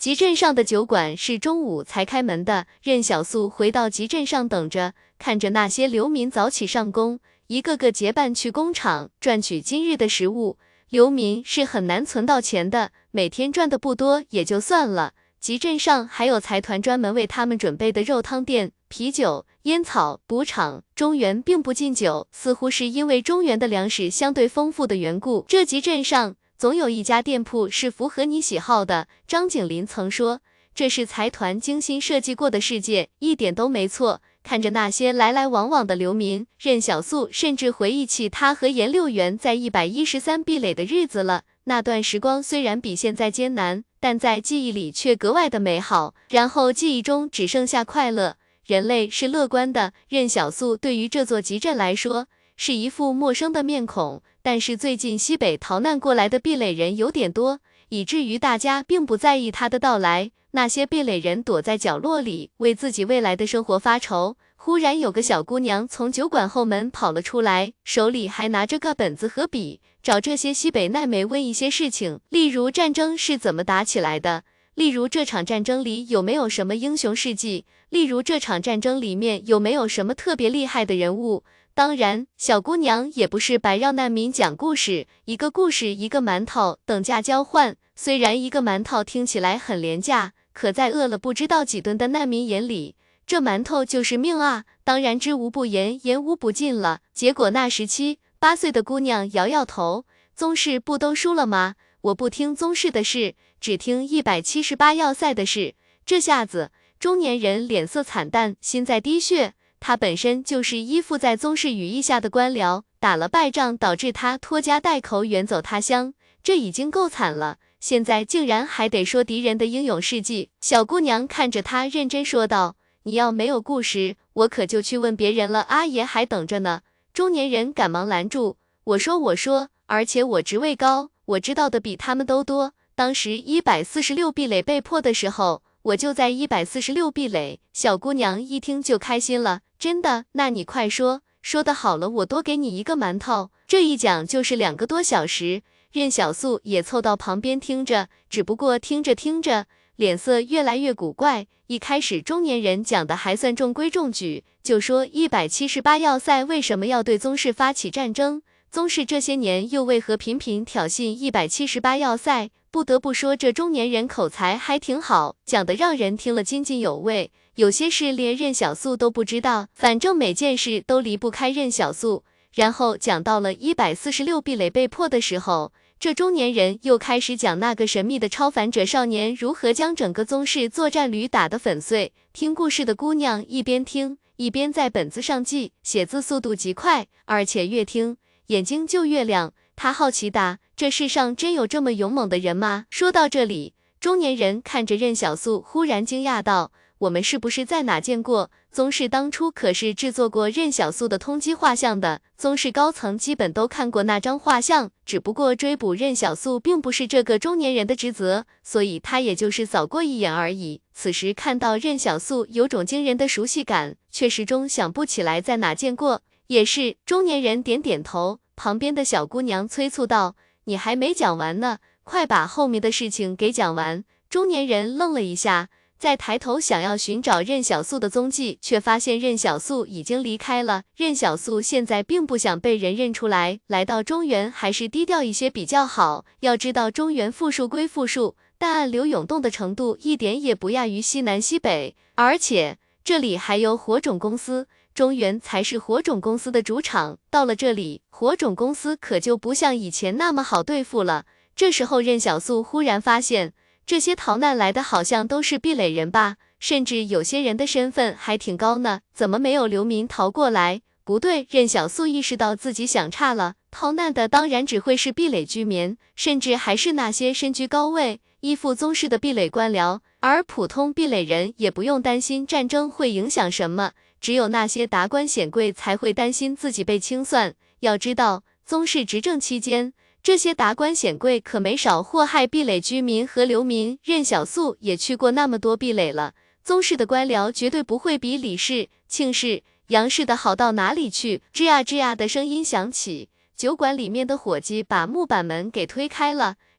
集镇上的酒馆是中午才开门的，任小素回到集镇上等着，看着那些流民早起上工，一个个结伴去工厂赚取今日的食物。流民是很难存到钱的，每天赚的不多也就算了，集镇上还有财团专门为他们准备的肉汤店、啤酒、烟草、补厂。中原并不禁酒，似乎是因为中原的粮食相对丰富的缘故，这集镇上总有一家店铺是符合你喜好的。张景林曾说，这是财团精心设计过的世界，一点都没错。看着那些来来往往的流民，任小素甚至回忆起他和严六元在113壁垒的日子了。那段时光虽然比现在艰难，但在记忆里却格外的美好。然后记忆中只剩下快乐。人类是乐观的，任小素对于这座集镇来说是一副陌生的面孔，但是最近西北逃难过来的壁垒人有点多，以至于大家并不在意他的到来。那些壁垒人躲在角落里，为自己未来的生活发愁。忽然有个小姑娘从酒馆后门跑了出来，手里还拿着个本子和笔，找这些西北难民问一些事情，例如战争是怎么打起来的，例如这场战争里有没有什么英雄事迹，例如这场战争里面有没有什么特别厉害的人物。当然，小姑娘也不是白让难民讲故事，一个故事一个馒头，等价交换。虽然一个馒头听起来很廉价，可在饿了不知道几顿的难民眼里，这馒头就是命啊！当然知无不言，言无不尽了。结果那17、8岁的姑娘摇摇头，宗室不都输了吗？我不听宗室的事，只听178要塞的事。这下子，中年人脸色惨淡，心在滴血。他本身就是依附在宗室羽翼下的官僚，打了败仗，导致他拖家带口远走他乡，这已经够惨了。现在竟然还得说敌人的英勇事迹。小姑娘看着他认真说道，你要没有故事，我可就去问别人了，阿爷还等着呢。中年人赶忙拦住，我说，而且我职位高，我知道的比他们都多。当时146壁垒被破的时候，我就在146壁垒。小姑娘一听就开心了，真的？那你快说，说得好了，我多给你一个馒头。这一讲就是2个多小时。任小素也凑到旁边听着，只不过听着听着，脸色越来越古怪。一开始中年人讲的还算中规中矩，就说178要塞为什么要对宗室发起战争，宗室这些年又为何频频挑衅178要塞。不得不说，这中年人口才还挺好，讲的让人听了津津有味。有些事连任小素都不知道，反正每件事都离不开任小素。然后讲到了146壁垒被破的时候，这中年人又开始讲那个神秘的超凡者少年如何将整个宗室作战旅打得粉碎。听故事的姑娘一边听一边在本子上记，写字速度极快，而且越听眼睛就越亮。她好奇答，这世上真有这么勇猛的人吗？说到这里，中年人看着任小素，忽然惊讶道，我们是不是在哪见过？宗室当初可是制作过任小素的通缉画像的，宗室高层基本都看过那张画像，只不过追捕任小素并不是这个中年人的职责，所以他也就是扫过一眼而已。此时看到任小素，有种惊人的熟悉感，却始终想不起来在哪见过。也是，中年人点点头，旁边的小姑娘催促道，你还没讲完呢，快把后面的事情给讲完。中年人愣了一下，再抬头想要寻找任小素的踪迹，却发现任小素已经离开了。任小素现在并不想被人认出来，来到中原还是低调一些比较好。要知道中原富庶归富庶，但暗流涌动的程度一点也不亚于西南西北，而且这里还有火种公司，中原才是火种公司的主场。到了这里，火种公司可就不像以前那么好对付了。这时候任小素忽然发现，这些逃难来的好像都是壁垒人吧，甚至有些人的身份还挺高呢，怎么没有流民逃过来？不对，任小素意识到自己想差了，逃难的当然只会是壁垒居民，甚至还是那些身居高位、依附宗室的壁垒官僚，而普通壁垒人也不用担心战争会影响什么，只有那些达官显贵才会担心自己被清算。要知道，宗室执政期间，这些达官显贵可没少祸害壁垒居民和流民，任小素也去过那么多壁垒了，宗室的官僚绝对不会比李氏、庆氏、杨氏的好到哪里去。吱呀吱呀的声音响起，酒馆里面的伙计把木板门给推开了，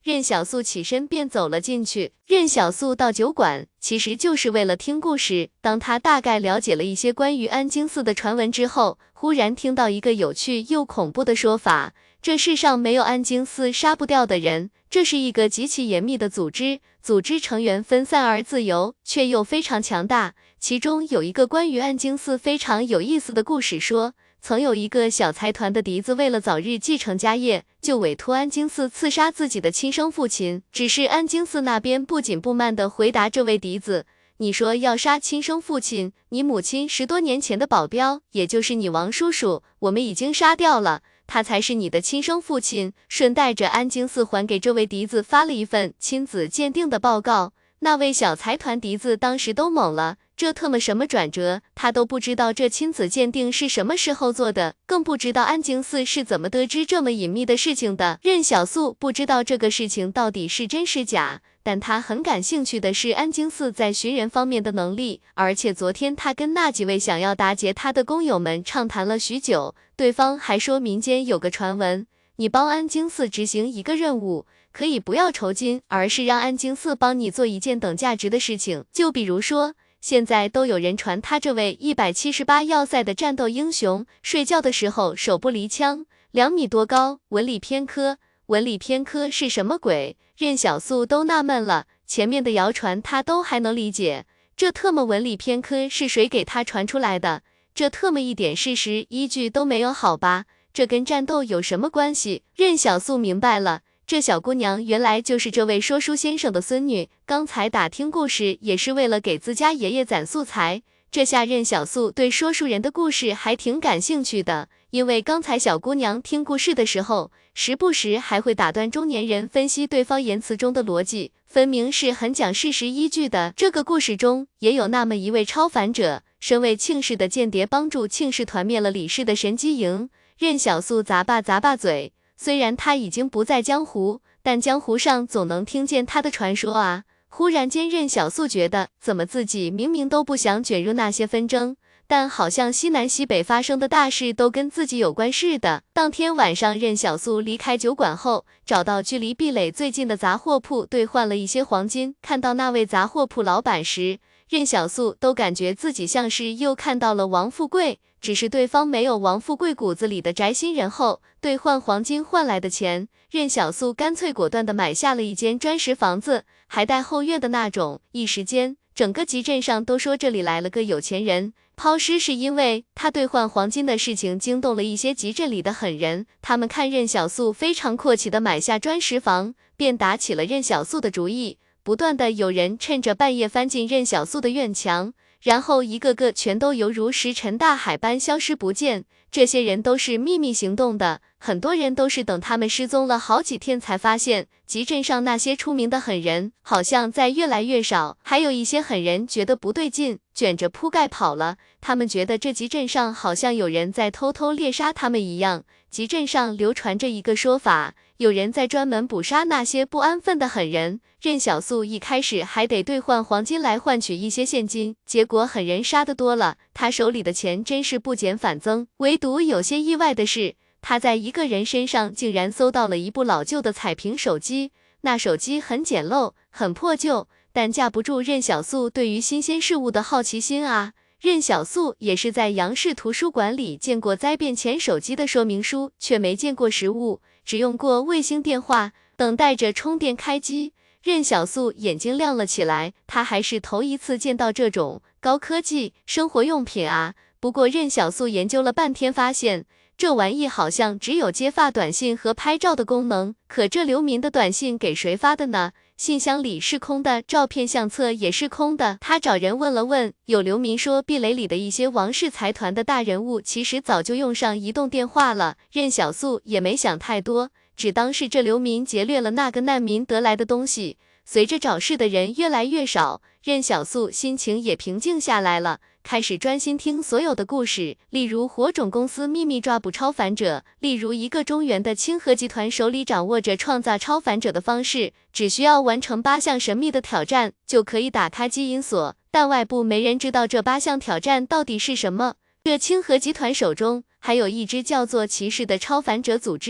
任小素起身便走了进去。任小素到酒馆，其实就是为了听故事。当他大概了解了一些关于安京寺的传闻之后，忽然听到一个有趣又恐怖的说法：这世上没有安京寺杀不掉的人，这是一个极其严密的组织，组织成员分散而自由，却又非常强大。其中有一个关于安京寺非常有意思的故事说，曾有一个小财团的嫡子为了早日继承家业，就委托安京寺刺杀自己的亲生父亲。只是安京寺那边不紧不慢地回答这位嫡子，你说要杀亲生父亲，你母亲10多年前的保镖，也就是你王叔叔，我们已经杀掉了，他才是你的亲生父亲。顺带着安京寺还给这位嫡子发了一份亲子鉴定的报告。那位小财团嫡子当时都懵了，这特么什么转折，他都不知道这亲子鉴定是什么时候做的，更不知道安京寺是怎么得知这么隐秘的事情的。任小素不知道这个事情到底是真是假，但他很感兴趣的是安京寺在寻人方面的能力，而且昨天他跟那几位想要打劫他的工友们畅谈了许久，对方还说民间有个传闻，你帮安京寺执行一个任务，可以不要酬金，而是让安京寺帮你做一件等价值的事情。就比如说，现在都有人传他这位178要塞的战斗英雄，睡觉的时候手不离枪，2米多高，文理偏科。文理偏科是什么鬼？任小素都纳闷了，前面的谣传他都还能理解，这特么文理偏科是谁给他传出来的？这特么一点事实依据都没有好吧？这跟战斗有什么关系？任小素明白了，这小姑娘原来就是这位说书先生的孙女，刚才打听故事也是为了给自家爷爷攒素材。这下任小素对说书人的故事还挺感兴趣的，因为刚才小姑娘听故事的时候，时不时还会打断中年人分析对方言辞中的逻辑，分明是很讲事实依据的。这个故事中也有那么一位超凡者，身为庆氏的间谍，帮助庆氏团灭了李氏的神机营。任小素咂巴嘴，虽然他已经不在江湖，但江湖上总能听见他的传说啊。忽然间任小素觉得，怎么自己明明都不想卷入那些纷争，但好像西南西北发生的大事都跟自己有关似的。当天晚上，任小素离开酒馆后，找到距离壁垒最近的杂货铺兑换了一些黄金。看到那位杂货铺老板时，任小素都感觉自己像是又看到了王富贵，只是对方没有王富贵骨子里的宅心仁厚。兑换黄金换来的钱，任小素干脆果断地买下了一间砖石房子，还带后院的那种。一时间，整个集镇上都说这里来了个有钱人。抛尸是因为他兑换黄金的事情惊动了一些集镇里的狠人，他们看任小素非常阔气地买下砖石房，便打起了任小素的主意。不断的有人趁着半夜翻进任小素的院墙，然后一个个全都犹如石沉大海般消失不见。这些人都是秘密行动的，很多人都是等他们失踪了好几天才发现，集镇上那些出名的狠人好像在越来越少，还有一些狠人觉得不对劲，卷着铺盖跑了。他们觉得这集镇上好像有人在偷偷猎杀他们一样。集镇上流传着一个说法，有人在专门捕杀那些不安分的狠人。任小素一开始还得兑换黄金来换取一些现金，结果狠人杀得多了，他手里的钱真是不减反增。唯独有些意外的是，他在一个人身上竟然搜到了一部老旧的彩屏手机，那手机很简陋，很破旧，但架不住任小素对于新鲜事物的好奇心啊。任小素也是在杨氏图书馆里见过灾变前手机的说明书，却没见过实物，只用过卫星电话，等待着充电开机。任小素眼睛亮了起来，她还是头一次见到这种高科技生活用品啊。不过任小素研究了半天，发现这玩意好像只有接发短信和拍照的功能，可这流民的短信给谁发的呢？信箱里是空的，照片相册也是空的。他找人问了问，有流民说壁垒里的一些王氏财团的大人物其实早就用上移动电话了。任小素也没想太多，只当是这流民劫掠了那个难民得来的东西。随着找事的人越来越少，任小素心情也平静下来了，开始专心听所有的故事，例如火种公司秘密抓捕超凡者，例如一个中原的清河集团手里掌握着创造超凡者的方式，只需要完成8项神秘的挑战就可以打开基因锁，但外部没人知道这8项挑战到底是什么。这清河集团手中还有一支叫做骑士的超凡者组织，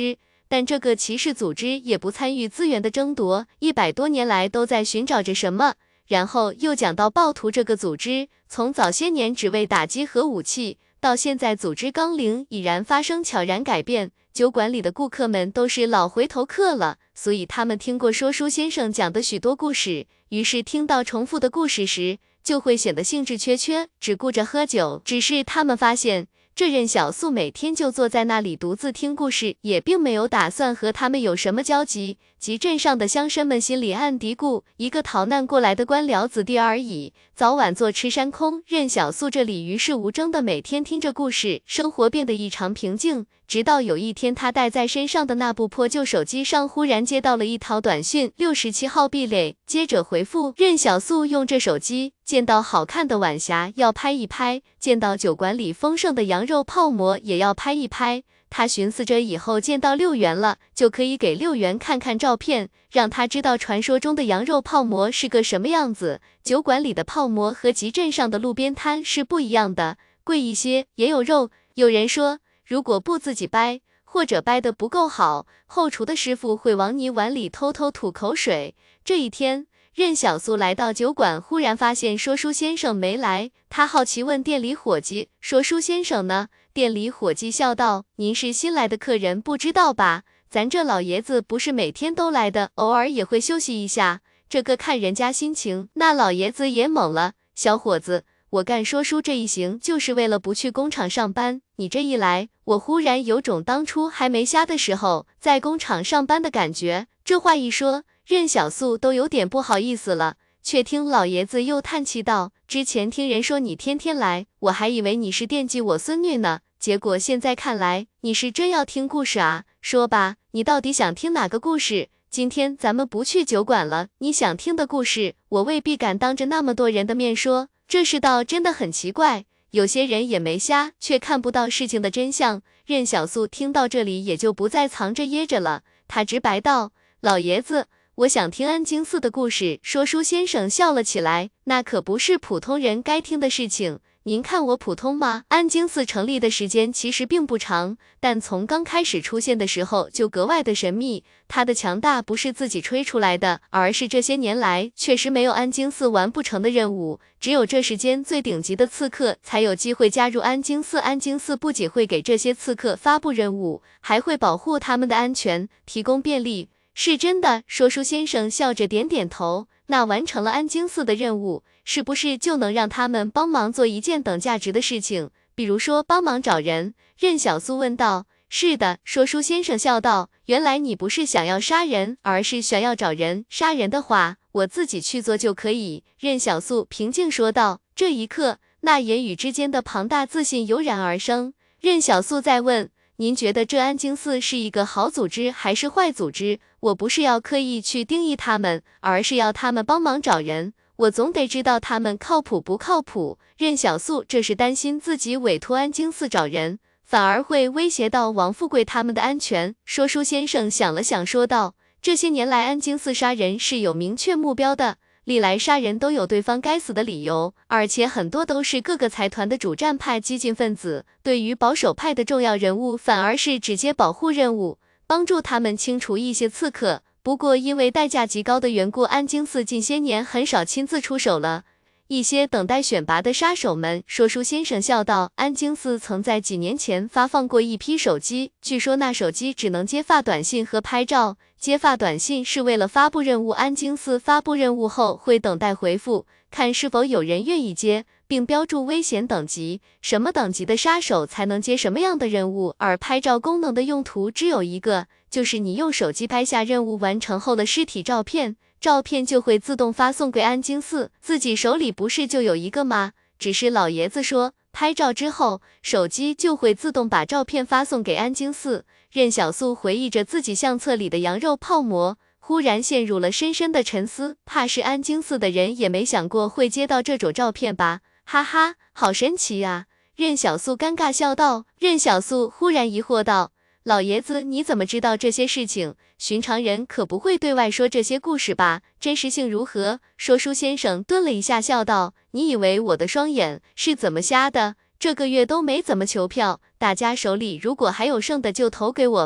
但这个骑士组织也不参与资源的争夺，100多年来都在寻找着什么。然后又讲到暴徒这个组织，从早些年只为打击核武器，到现在组织纲领已然发生悄然改变，酒馆里的顾客们都是老回头客了，所以他们听过说书先生讲的许多故事，于是听到重复的故事时，就会显得兴致缺缺，只顾着喝酒。只是他们发现，这任小素每天就坐在那里独自听故事，也并没有打算和他们有什么交集，及镇上的乡绅们心里暗嘀咕，一个逃难过来的官僚子弟而已，早晚坐吃山空。任小素这里于事无争的每天听着故事，生活变得异常平静。直到有一天，他带在身上的那部破旧手机上忽然接到了一条短讯，67号壁垒，接着回复。任小素用这手机，见到好看的晚霞要拍一拍，见到酒馆里丰盛的羊肉泡馍也要拍一拍。他寻思着以后见到6元了，就可以给6元看看照片，让他知道传说中的羊肉泡馍是个什么样子。酒馆里的泡馍和集镇上的路边摊是不一样的，贵一些，也有肉。有人说，如果不自己掰，或者掰得不够好，后厨的师傅会往你碗里偷偷吐口水。这一天，任小素来到酒馆，忽然发现说书先生没来，他好奇问店里伙计，说书先生呢？店里伙计笑道，您是新来的客人，不知道吧？咱这老爷子不是每天都来的，偶尔也会休息一下，这个看人家心情。那老爷子也懵了，小伙子，我干说书这一行就是为了不去工厂上班，你这一来，我忽然有种当初还没瞎的时候在工厂上班的感觉。这话一说，任小素都有点不好意思了，却听老爷子又叹气道，之前听人说你天天来，我还以为你是惦记我孙女呢，结果现在看来，你是真要听故事啊。说吧，你到底想听哪个故事？今天咱们不去酒馆了，你想听的故事，我未必敢当着那么多人的面说，这世道真的很奇怪，有些人也没瞎，却看不到事情的真相。任小素听到这里也就不再藏着掖着了，他直白道，老爷子，我想听安京寺的故事。说书先生笑了起来，那可不是普通人该听的事情。您看我普通吗？安京寺成立的时间其实并不长，但从刚开始出现的时候就格外的神秘。它的强大不是自己吹出来的，而是这些年来确实没有安京寺完不成的任务，只有这世间最顶级的刺客才有机会加入安京寺。安京寺不仅会给这些刺客发布任务，还会保护他们的安全，提供便利。是真的，说书先生笑着点点头。那完成了安京寺的任务，是不是就能让他们帮忙做一件等价值的事情，比如说帮忙找人？任小素问道。是的，说书先生笑道，原来你不是想要杀人，而是想要找人。杀人的话，我自己去做就可以。任小素平静说道。这一刻，那言语之间的庞大自信油然而生。任小素再问，您觉得这安京寺是一个好组织还是坏组织？我不是要刻意去定义他们，而是要他们帮忙找人，我总得知道他们靠谱不靠谱。任小素这是担心自己委托安京寺找人，反而会威胁到王富贵他们的安全。说书先生想了想说道，这些年来安京寺杀人是有明确目标的，历来杀人都有对方该死的理由，而且很多都是各个财团的主战派激进分子，对于保守派的重要人物反而是直接保护任务，帮助他们清除一些刺客。不过因为代价极高的缘故，安京寺近些年很少亲自出手了，一些等待选拔的杀手们。说书先生笑道，安京寺曾在几年前发放过一批手机，据说那手机只能接发短信和拍照，接发短信是为了发布任务，安京寺发布任务后会等待回复，看是否有人愿意接，并标注危险等级，什么等级的杀手才能接什么样的任务。而拍照功能的用途只有一个，就是你用手机拍下任务完成后的尸体照片，照片就会自动发送给安京寺。自己手里不是就有一个吗？只是老爷子说，拍照之后，手机就会自动把照片发送给安京寺。任小素回忆着自己相册里的羊肉泡馍，忽然陷入了深深的沉思，怕是安京寺的人也没想过会接到这种照片吧，哈哈，好神奇啊。任小素尴尬笑道。任小素忽然疑惑道，老爷子你怎么知道这些事情？寻常人可不会对外说这些故事吧？真实性如何？说书先生顿了一下笑道，你以为我的双眼是怎么瞎的？这个月都没怎么求票，大家手里如果还有剩的就投给我吧。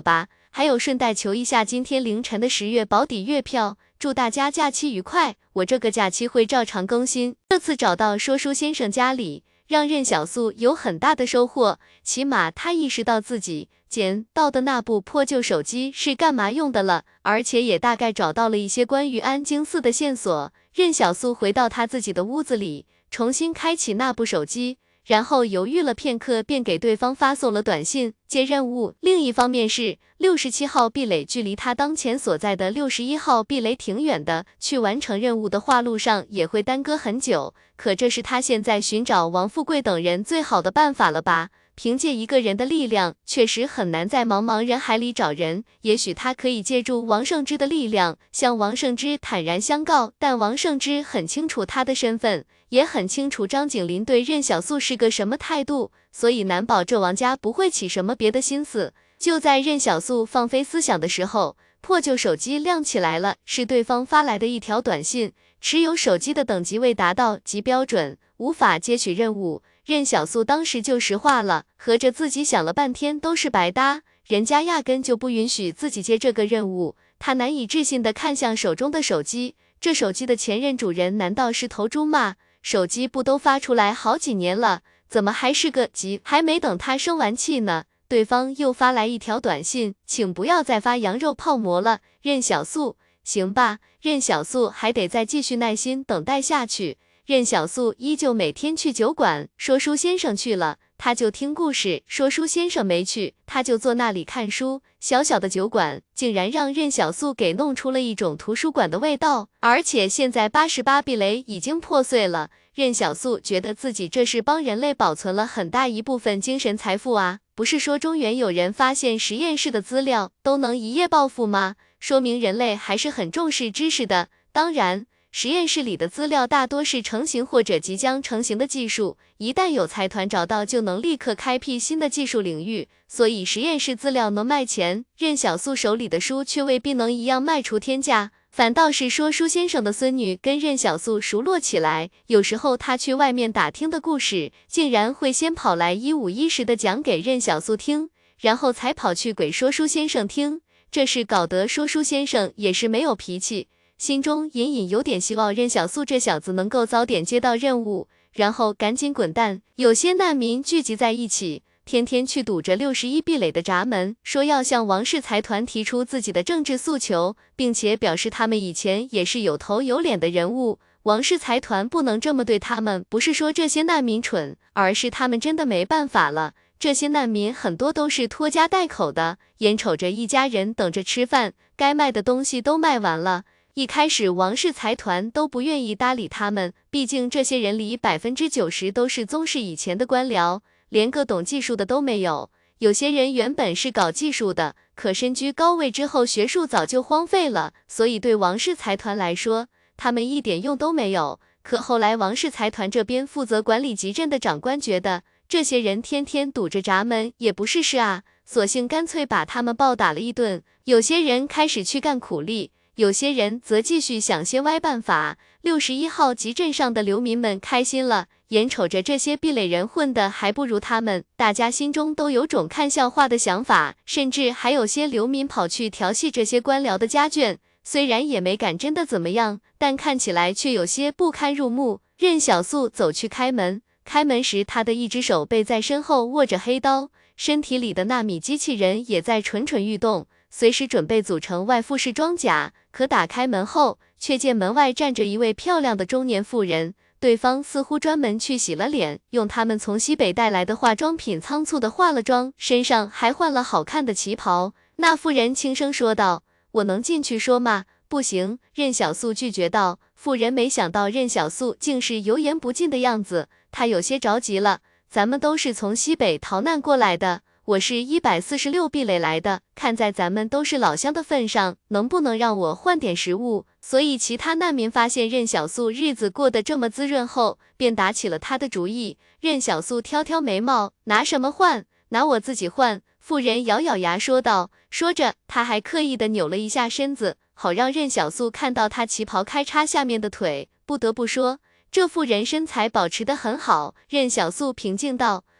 还有顺带求一下今天凌晨的10月保底月票，祝大家假期愉快，我这个假期会照常更新。这次找到说书先生家里，让任小素有很大的收获，起码她意识到自己捡到的那部破旧手机是干嘛用的了，而且也大概找到了一些关于安京寺的线索。任小素回到她自己的屋子里，重新开启那部手机，然后犹豫了片刻，便给对方发送了短信，接任务。另一方面是67号壁垒距离他当前所在的61号壁垒挺远的，去完成任务的话路上也会耽搁很久，可这是他现在寻找王富贵等人最好的办法了吧？凭借一个人的力量，确实很难在茫茫人海里找人，也许他可以借助王胜之的力量，向王胜之坦然相告，但王胜之很清楚他的身份，也很清楚张景林对任小素是个什么态度，所以难保这王家不会起什么别的心思。就在任小素放飞思想的时候，破旧手机亮起来了，是对方发来的一条短信，持有手机的等级未达到及标准，无法接取任务。任小素当时就石化了，合着自己想了半天都是白搭，人家压根就不允许自己接这个任务。他难以置信地看向手中的手机，这手机的前任主人难道是头猪吗？手机不都发出来好几年了，怎么还是个急？还没等他生完气呢，对方又发来一条短信，请不要再发羊肉泡馍了，任小素。行吧，任小素还得再继续耐心等待下去。任小素依旧每天去酒馆，说书先生去了，他就听故事；说书先生没去，他就坐那里看书。小小的酒馆竟然让任小素给弄出了一种图书馆的味道，而且现在88壁垒已经破碎了。任小素觉得自己这是帮人类保存了很大一部分精神财富啊！不是说中原有人发现实验室的资料都能一夜暴富吗？说明人类还是很重视知识的。当然，实验室里的资料大多是成型或者即将成型的技术，一旦有财团找到，就能立刻开辟新的技术领域，所以实验室资料能卖钱，任小素手里的书却未必能一样卖出天价。反倒是说书先生的孙女跟任小素熟络起来，有时候他去外面打听的故事，竟然会先跑来一五一十的讲给任小素听，然后才跑去给说书先生听，这事搞得说书先生也是没有脾气，心中隐隐有点希望任小素这小子能够早点接到任务，然后赶紧滚蛋。有些难民聚集在一起，天天去堵着61壁垒的闸门，说要向王氏财团提出自己的政治诉求，并且表示他们以前也是有头有脸的人物，王氏财团不能这么对他们，不是说这些难民蠢，而是他们真的没办法了。这些难民很多都是拖家带口的，眼瞅着一家人等着吃饭，该卖的东西都卖完了。一开始王氏财团都不愿意搭理他们，毕竟这些人里90%都是宗室以前的官僚，连个懂技术的都没有。有些人原本是搞技术的，可身居高位之后，学术早就荒废了，所以对王氏财团来说，他们一点用都没有。可后来王氏财团这边负责管理集镇的长官觉得，这些人天天堵着闸门也不是事啊，索性干脆把他们暴打了一顿。有些人开始去干苦力，有些人则继续想些歪办法。61号集镇上的流民们开心了，眼瞅着这些壁垒人混得还不如他们，大家心中都有种看笑话的想法，甚至还有些流民跑去调戏这些官僚的家眷，虽然也没敢真的怎么样，但看起来却有些不堪入目。任小素走去开门，开门时他的一只手背在身后握着黑刀，身体里的纳米机器人也在蠢蠢欲动，随时准备组成外附式装甲。可打开门后，却见门外站着一位漂亮的中年妇人，对方似乎专门去洗了脸，用他们从西北带来的化妆品仓促的化了妆，身上还换了好看的旗袍。那妇人轻声说道：“我能进去说吗？”不行，任小素拒绝道。妇人没想到任小素竟是油盐不进的样子，她有些着急了。咱们都是从西北逃难过来的，我是146壁垒来的，看在咱们都是老乡的份上，能不能让我换点食物？所以其他难民发现任小素日子过得这么滋润后，便打起了他的主意。任小素挑挑眉毛，拿什么换？拿我自己换。妇人咬咬牙说道，说着她还刻意的扭了一下身子，好让任小素看到她旗袍开叉下面的腿。不得不说，这妇人身材保持得很好。任小素平静道，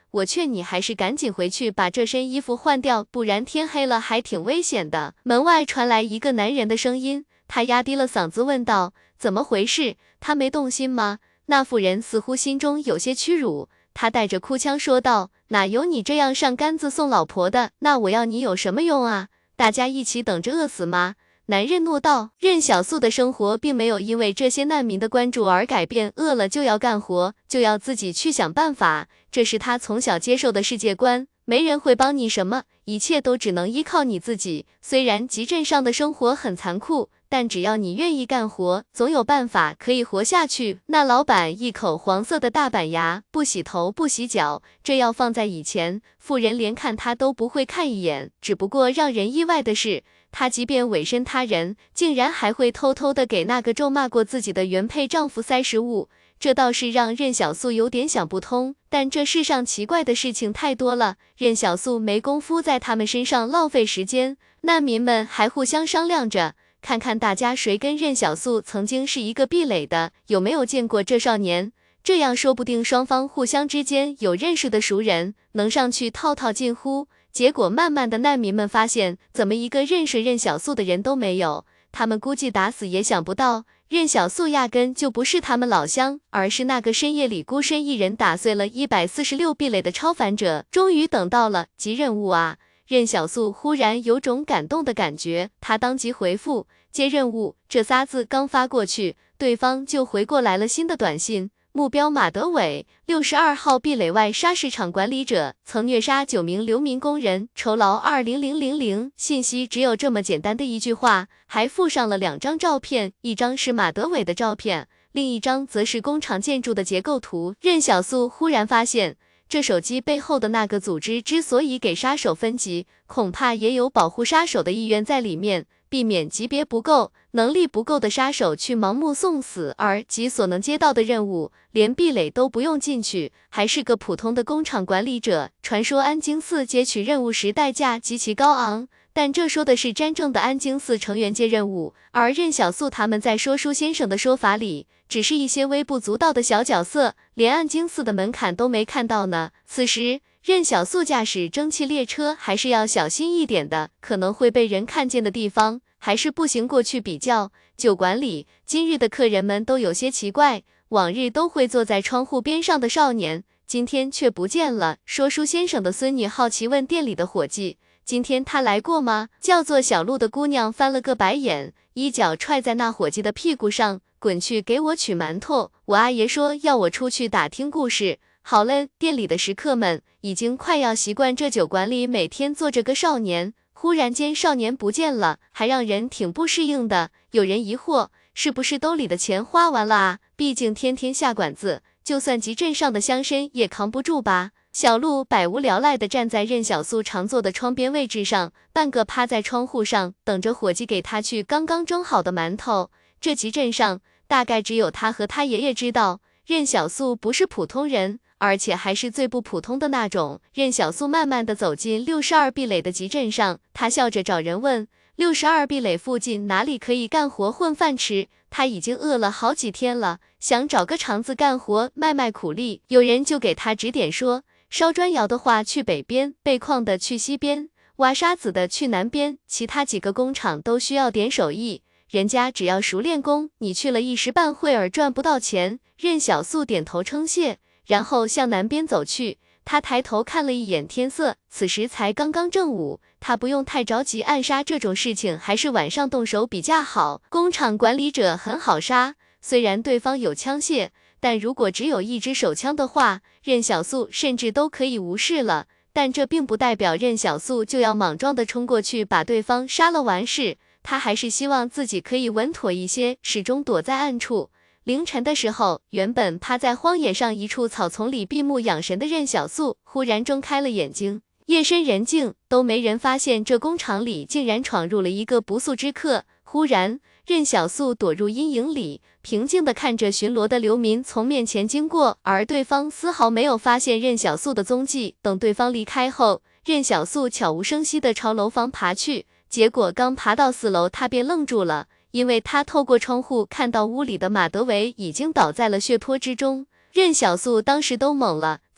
我劝你还是赶紧回去把这身衣服换掉，不然天黑了还挺危险的。门外传来一个男人的声音，他压低了嗓子问道：怎么回事？他没动心吗？那妇人似乎心中有些屈辱，她带着哭腔说道：哪有你这样上杆子送老婆的？那我要你有什么用啊？大家一起等着饿死吗？男人怒道。任小素的生活并没有因为这些难民的关注而改变，饿了就要干活，就要自己去想办法，这是她从小接受的世界观。没人会帮你什么，一切都只能依靠你自己。虽然集镇上的生活很残酷，但只要你愿意干活，总有办法可以活下去。那老板一口黄色的大板牙，不洗头不洗脚，这要放在以前，妇人连看他都不会看一眼。只不过让人意外的是，她即便委身他人，竟然还会偷偷的给那个咒骂过自己的原配丈夫塞食物。这倒是让任小素有点想不通，但这世上奇怪的事情太多了，任小素没工夫在他们身上浪费时间。难民们还互相商量着，看看大家谁跟任小素曾经是一个壁垒的，有没有见过这少年，这样说不定双方互相之间有认识的熟人，能上去套套近乎。结果慢慢的难民们发现，怎么一个认识任小素的人都没有，他们估计打死也想不到，任小素压根就不是他们老乡，而是那个深夜里孤身一人打碎了146壁垒的超凡者。终于等到了，急任务啊！任小素忽然有种感动的感觉，她当即回复接任务，这仨字刚发过去，对方就回过来了新的短信。目标马德伟，62号壁垒外砂石场管理者，曾虐杀9名流民工人，酬劳20000。信息只有这么简单的一句话，还附上了2张照片，一张是马德伟的照片，另一张则是工厂建筑的结构图。任小素忽然发现，这手机背后的那个组织之所以给杀手分级，恐怕也有保护杀手的意愿在里面，避免级别不够、能力不够的杀手去盲目送死，而其所能接到的任务，连壁垒都不用进去，还是个普通的工厂管理者。传说安京寺接取任务时代价极其高昂，但这说的是真正的安京寺成员接任务，而任小素他们在说书先生的说法里，只是一些微不足道的小角色，连安京寺的门槛都没看到呢。此时任小素驾驶蒸汽列车还是要小心一点的，可能会被人看见的地方还是步行过去比较。酒馆里，今日的客人们都有些奇怪，往日都会坐在窗户边上的少年，今天却不见了。说书先生的孙女好奇问店里的伙计，今天他来过吗？叫做小鹿的姑娘翻了个白眼，一脚踹在那伙计的屁股上，滚去给我取馒头，我阿爷说要我出去打听故事。好了，店里的食客们已经快要习惯这酒馆里每天坐着个少年，忽然间少年不见了，还让人挺不适应的。有人疑惑，是不是兜里的钱花完了啊？毕竟天天下馆子，就算集镇上的乡绅也扛不住吧。小鹿百无聊赖地站在任小素常坐的窗边位置上，半个趴在窗户上，等着伙计给他去刚刚蒸好的馒头。这集镇上，大概只有他和他爷爷知道，任小素不是普通人，而且还是最不普通的那种。任小素慢慢地走进62壁垒的集镇上，他笑着找人问，62壁垒附近哪里可以干活混饭吃？他已经饿了好几天了，想找个肠子干活卖卖苦力。有人就给他指点说，烧砖窑的话去北边，备矿的去西边，挖沙子的去南边，其他几个工厂都需要点手艺，人家只要熟练工，你去了一时半会儿赚不到钱。任小素点头称谢，然后向南边走去。他抬头看了一眼天色，此时才刚刚正午，他不用太着急，暗杀这种事情还是晚上动手比较好。工厂管理者很好杀，虽然对方有枪械，但如果只有一支手枪的话，任小素甚至都可以无视了。但这并不代表任小素就要莽撞地冲过去把对方杀了完事，他还是希望自己可以稳妥一些，始终躲在暗处。凌晨的时候，原本趴在荒野上一处草丛里闭目养神的任小素忽然睁开了眼睛。夜深人静，都没人发现这工厂里竟然闯入了一个不速之客。忽然，任小素躲入阴影里，平静地看着巡逻的流民从面前经过，而对方丝毫没有发现任小素的踪迹。等对方离开后，任小素悄无声息地朝楼房爬去，结果刚爬到4楼，他便愣住了。因为他透过窗户看到屋里的马德维已经倒在了血泊之中，任小素当时都懵了，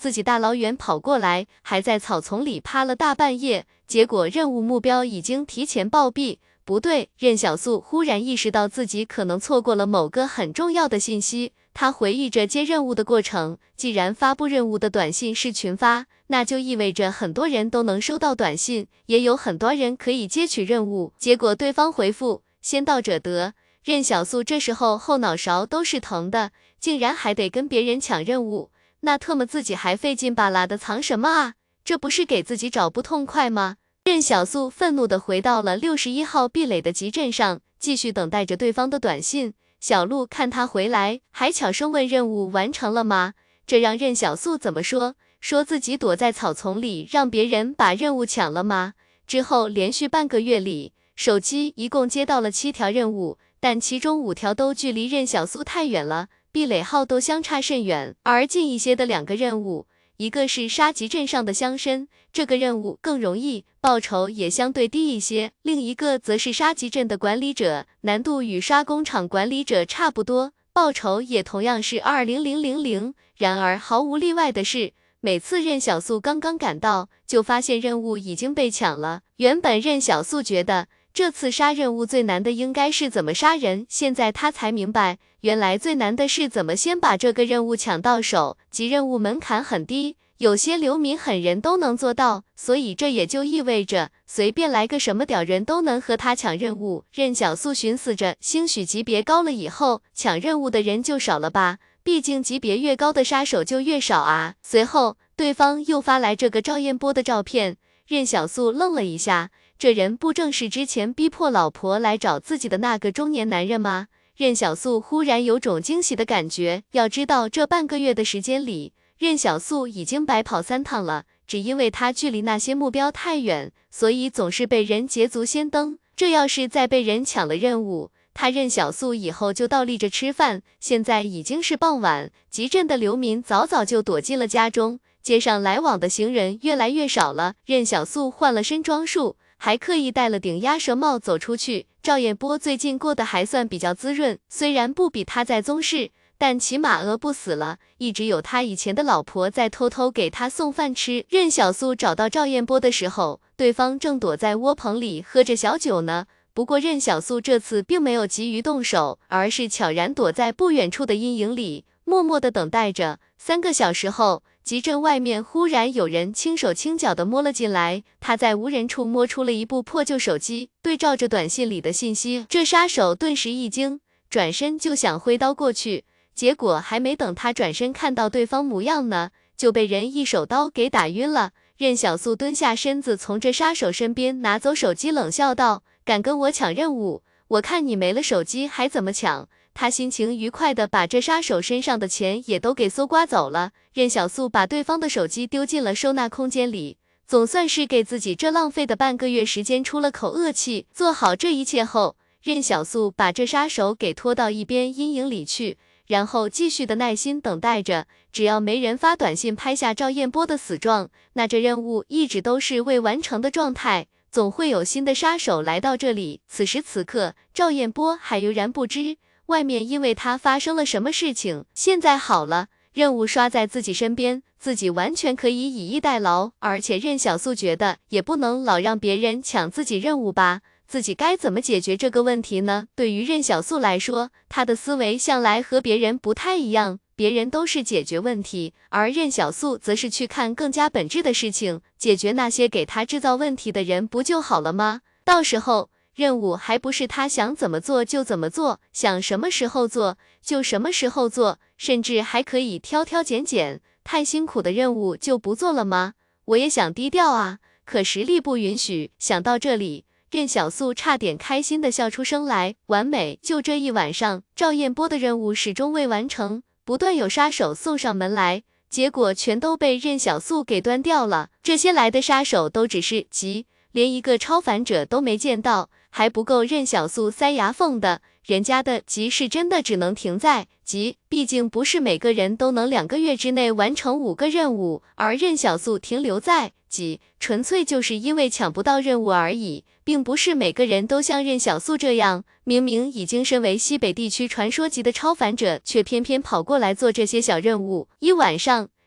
自己大老远跑过来，还在草丛里趴了大半夜，结果任务目标已经提前暴毙。不对，任小素忽然意识到自己可能错过了某个很重要的信息。他回忆着接任务的过程，既然发布任务的短信是群发，那就意味着很多人都能收到短信，也有很多人可以接取任务。结果对方回复先到者得，任小素这时候后脑勺都是疼的，竟然还得跟别人抢任务，那特么自己还费劲巴拉的藏什么啊？这不是给自己找不痛快吗？任小素愤怒地回到了61号壁垒的集镇上，继续等待着对方的短信。小鹿看他回来，还悄声问任务完成了吗？这让任小素怎么说？说自己躲在草丛里，让别人把任务抢了吗？之后连续半个月里，手机一共接到了7条任务，但其中5条都距离任小素太远了，壁垒号都相差甚远。而近一些的2个任务，一个是杀集镇上的乡绅，这个任务更容易，报酬也相对低一些；另一个则是杀集镇的管理者，难度与杀工厂管理者差不多，报酬也同样是20000。然而毫无例外的是，每次任小素刚刚赶到，就发现任务已经被抢了。原本任小素觉得这次杀任务最难的应该是怎么杀人，现在他才明白，原来最难的是怎么先把这个任务抢到手，即任务门槛很低，有些流民狠人都能做到，所以这也就意味着随便来个什么屌人都能和他抢任务。任小素寻思着，兴许级别高了以后，抢任务的人就少了吧，毕竟级别越高的杀手就越少啊。随后，对方又发来这个赵彦波的照片，任小素愣了一下，这人不正是之前逼迫老婆来找自己的那个中年男人吗？任小素忽然有种惊喜的感觉，要知道这半个月的时间里，任小素已经白跑3趟了，只因为她距离那些目标太远，所以总是被人捷足先登。这要是再被人抢了任务，他任小素以后就倒立着吃饭。现在已经是傍晚，集镇的流民早早就躲进了家中，街上来往的行人越来越少了。任小素换了身装束，还刻意戴了顶鸭舌帽走出去。赵彦波最近过得还算比较滋润，虽然不比他在宗室，但起码饿不死了，一直有他以前的老婆在偷偷给他送饭吃。任小素找到赵彦波的时候，对方正躲在窝棚里喝着小酒呢。不过任小素这次并没有急于动手，而是悄然躲在不远处的阴影里，默默地等待着。3个小时后，集镇外面忽然有人轻手轻脚地摸了进来，他在无人处摸出了一部破旧手机，对照着短信里的信息，这杀手顿时一惊，转身就想挥刀过去，结果还没等他转身看到对方模样呢，就被人一手刀给打晕了。任小素蹲下身子，从这杀手身边拿走手机，冷笑道：“敢跟我抢任务，我看你没了手机还怎么抢？”他心情愉快地把这杀手身上的钱也都给搜刮走了。任小素把对方的手机丢进了收纳空间里，总算是给自己这浪费的半个月时间出了口恶气。做好这一切后，任小素把这杀手给拖到一边阴影里去，然后继续的耐心等待着，只要没人发短信拍下赵彦波的死状，那这任务一直都是未完成的状态，总会有新的杀手来到这里。此时此刻，赵彦波还悠然不知外面因为他发生了什么事情。现在好了，任务刷在自己身边，自己完全可以以逸待劳，而且任小素觉得也不能老让别人抢自己任务吧，自己该怎么解决这个问题呢？对于任小素来说，她的思维向来和别人不太一样，别人都是解决问题，而任小素则是去看更加本质的事情，解决那些给她制造问题的人不就好了吗？到时候任务还不是他想怎么做就怎么做，想什么时候做就什么时候做，甚至还可以挑挑拣拣，太辛苦的任务就不做了吗？我也想低调啊，可实力不允许。想到这里，任小素差点开心的笑出声来，完美！就这一晚上，赵彦波的任务始终未完成，不断有杀手送上门来，结果全都被任小素给端掉了。这些来的杀手都只是级，连一个超凡者都没见到，还不够任小素塞牙缝的，人家的级是真的只能停在级，毕竟不是每个人都能2个月之内完成5个任务，而任小素停留在级，纯粹就是因为抢不到任务而已，并不是每个人都像任小素这样，明明已经身为西北地区传说级的超凡者，却偏偏跑过来做这些小任务。一晚上，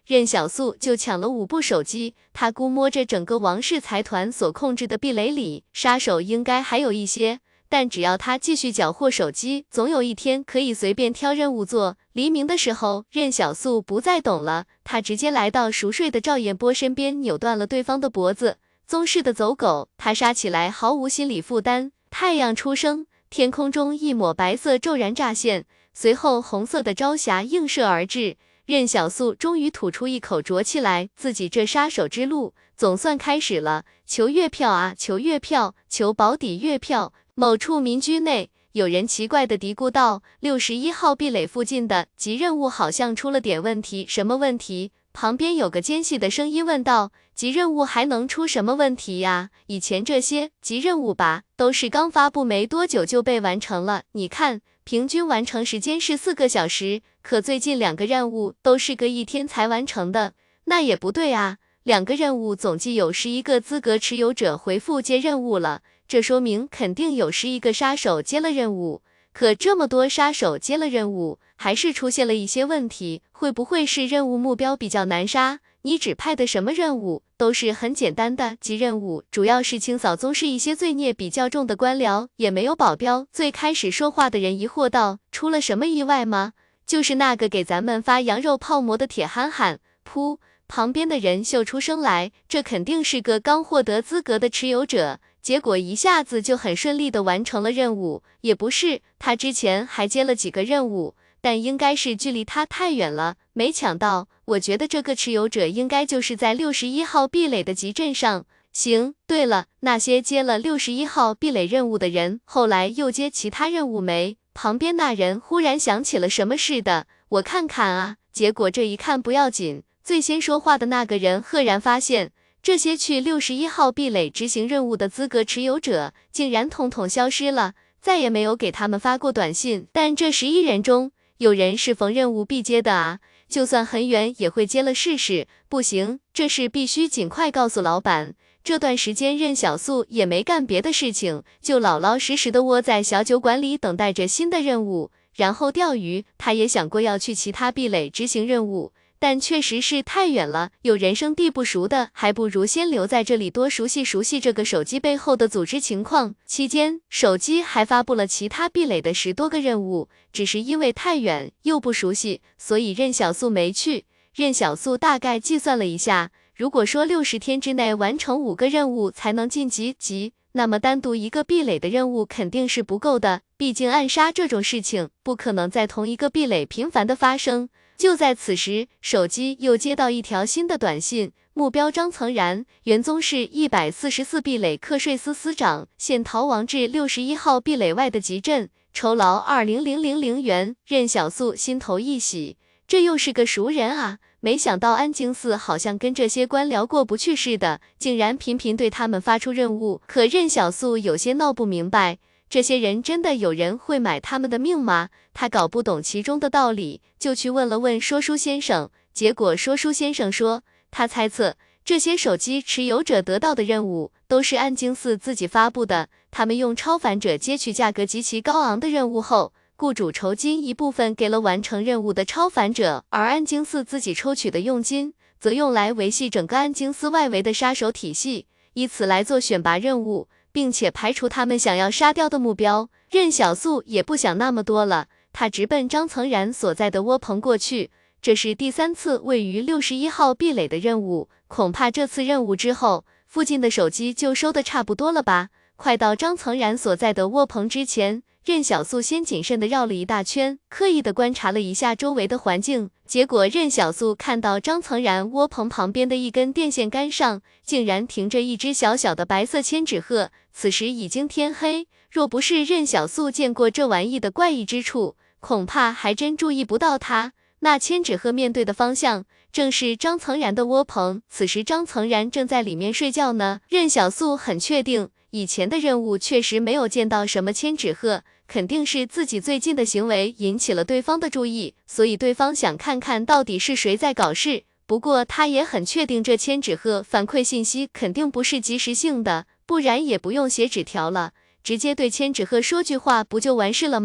任小素就抢了5部手机。他估摸着整个王氏财团所控制的壁垒里，杀手应该还有一些，但只要他继续缴获手机，总有一天可以随便挑任务做。黎明的时候，任小素不再懂了，他直接来到熟睡的赵彦波身边，扭断了对方的脖子。宗室的走狗，他杀起来毫无心理负担。太阳初升，天空中一抹白色骤然乍现，随后红色的朝霞映射而至。任小素终于吐出一口浊气来，自己这杀手之路总算开始了。求月票啊，求月票，求保底月票。某处民居内，有人奇怪地嘀咕道：“61号壁垒附近的急任务好像出了点问题。”什么问题？旁边有个尖细的声音问道：“急任务还能出什么问题呀？以前这些急任务吧，都是刚发布没多久就被完成了。你看，平均完成时间是4个小时，可最近2个任务都是个1天才完成的。那也不对啊，2个任务总计有11个资格持有者回复接任务了，这说明肯定有11个杀手接了任务。可这么多杀手接了任务，还是出现了一些问题，会不会是任务目标比较难杀？你指派的什么任务都是很简单的急任务，主要是清扫宗室一些罪孽比较重的官僚，也没有保镖。”最开始说话的人疑惑道：“出了什么意外吗？”就是那个给咱们发羊肉泡馍的铁憨憨。噗！旁边的人秀出声来，这肯定是个刚获得资格的持有者，结果一下子就很顺利地完成了任务。也不是，他之前还接了几个任务，但应该是距离他太远了，没抢到。我觉得这个持有者应该就是在61号壁垒的集镇上。行，对了，那些接了61号壁垒任务的人，后来又接其他任务没？旁边那人忽然想起了什么似的，我看看啊。结果这一看不要紧，最先说话的那个人赫然发现，这些去61号壁垒执行任务的资格持有者，竟然统统消失了，再也没有给他们发过短信。但这11人中，有人是逢任务必接的啊，就算很远也会接了试试。不行，这事必须尽快告诉老板。这段时间任小素也没干别的事情，就老老实实的窝在小酒馆里等待着新的任务，然后钓鱼。他也想过要去其他壁垒执行任务，但确实是太远了，有人生地不熟的，还不如先留在这里多熟悉熟悉这个手机背后的组织情况。期间，手机还发布了其他壁垒的10多个任务，只是因为太远又不熟悉，所以任小素没去。任小素大概计算了一下，如果说60天之内完成5个任务才能晋级，那么单独一个壁垒的任务肯定是不够的，毕竟暗杀这种事情不可能在同一个壁垒频繁的发生。就在此时，手机又接到一条新的短信，目标张曾然，原宗室144壁垒课税司司长，现逃亡至61号壁垒外的集镇，酬劳20,000元。任小素心头一喜，这又是个熟人啊！没想到安京寺好像跟这些官僚过不去似的，竟然频频对他们发出任务。可任小素有些闹不明白，这些人真的有人会买他们的命吗？他搞不懂其中的道理，就去问了问说书先生。结果说书先生说，他猜测这些手机持有者得到的任务都是安京寺自己发布的，他们用超凡者接取价格极其高昂的任务后，雇主酬金一部分给了完成任务的超凡者，而安京寺自己抽取的佣金则用来维系整个安京寺外围的杀手体系，以此来做选拔任务，并且排除他们想要杀掉的目标。任小素也不想那么多了，他直奔张曾然所在的窝棚过去。这是第3次位于61号壁垒的任务，恐怕这次任务之后，附近的手机就收的差不多了吧。快到张曾然所在的窝棚之前，任小素先谨慎地绕了一大圈，刻意地观察了一下周围的环境。结果任小素看到张曾然窝棚旁边的一根电线杆上，竟然停着一只小小的白色千纸鹤。此时已经天黑，若不是任小素见过这玩意的怪异之处，恐怕还真注意不到它。那千纸鹤面对的方向正是张曾然的窝棚，此时张曾然正在里面睡觉呢。任小素很确定，以前的任务确实没有见到什么千纸鹤，肯定是自己最近的行为引起了对方的注意，所以对方想看看到底是谁在搞事。不过他也很确定这千纸鹤反馈信息肯定不是即时性的，不然也不用写纸条了，直接对千纸鹤说句话不就完事了吗？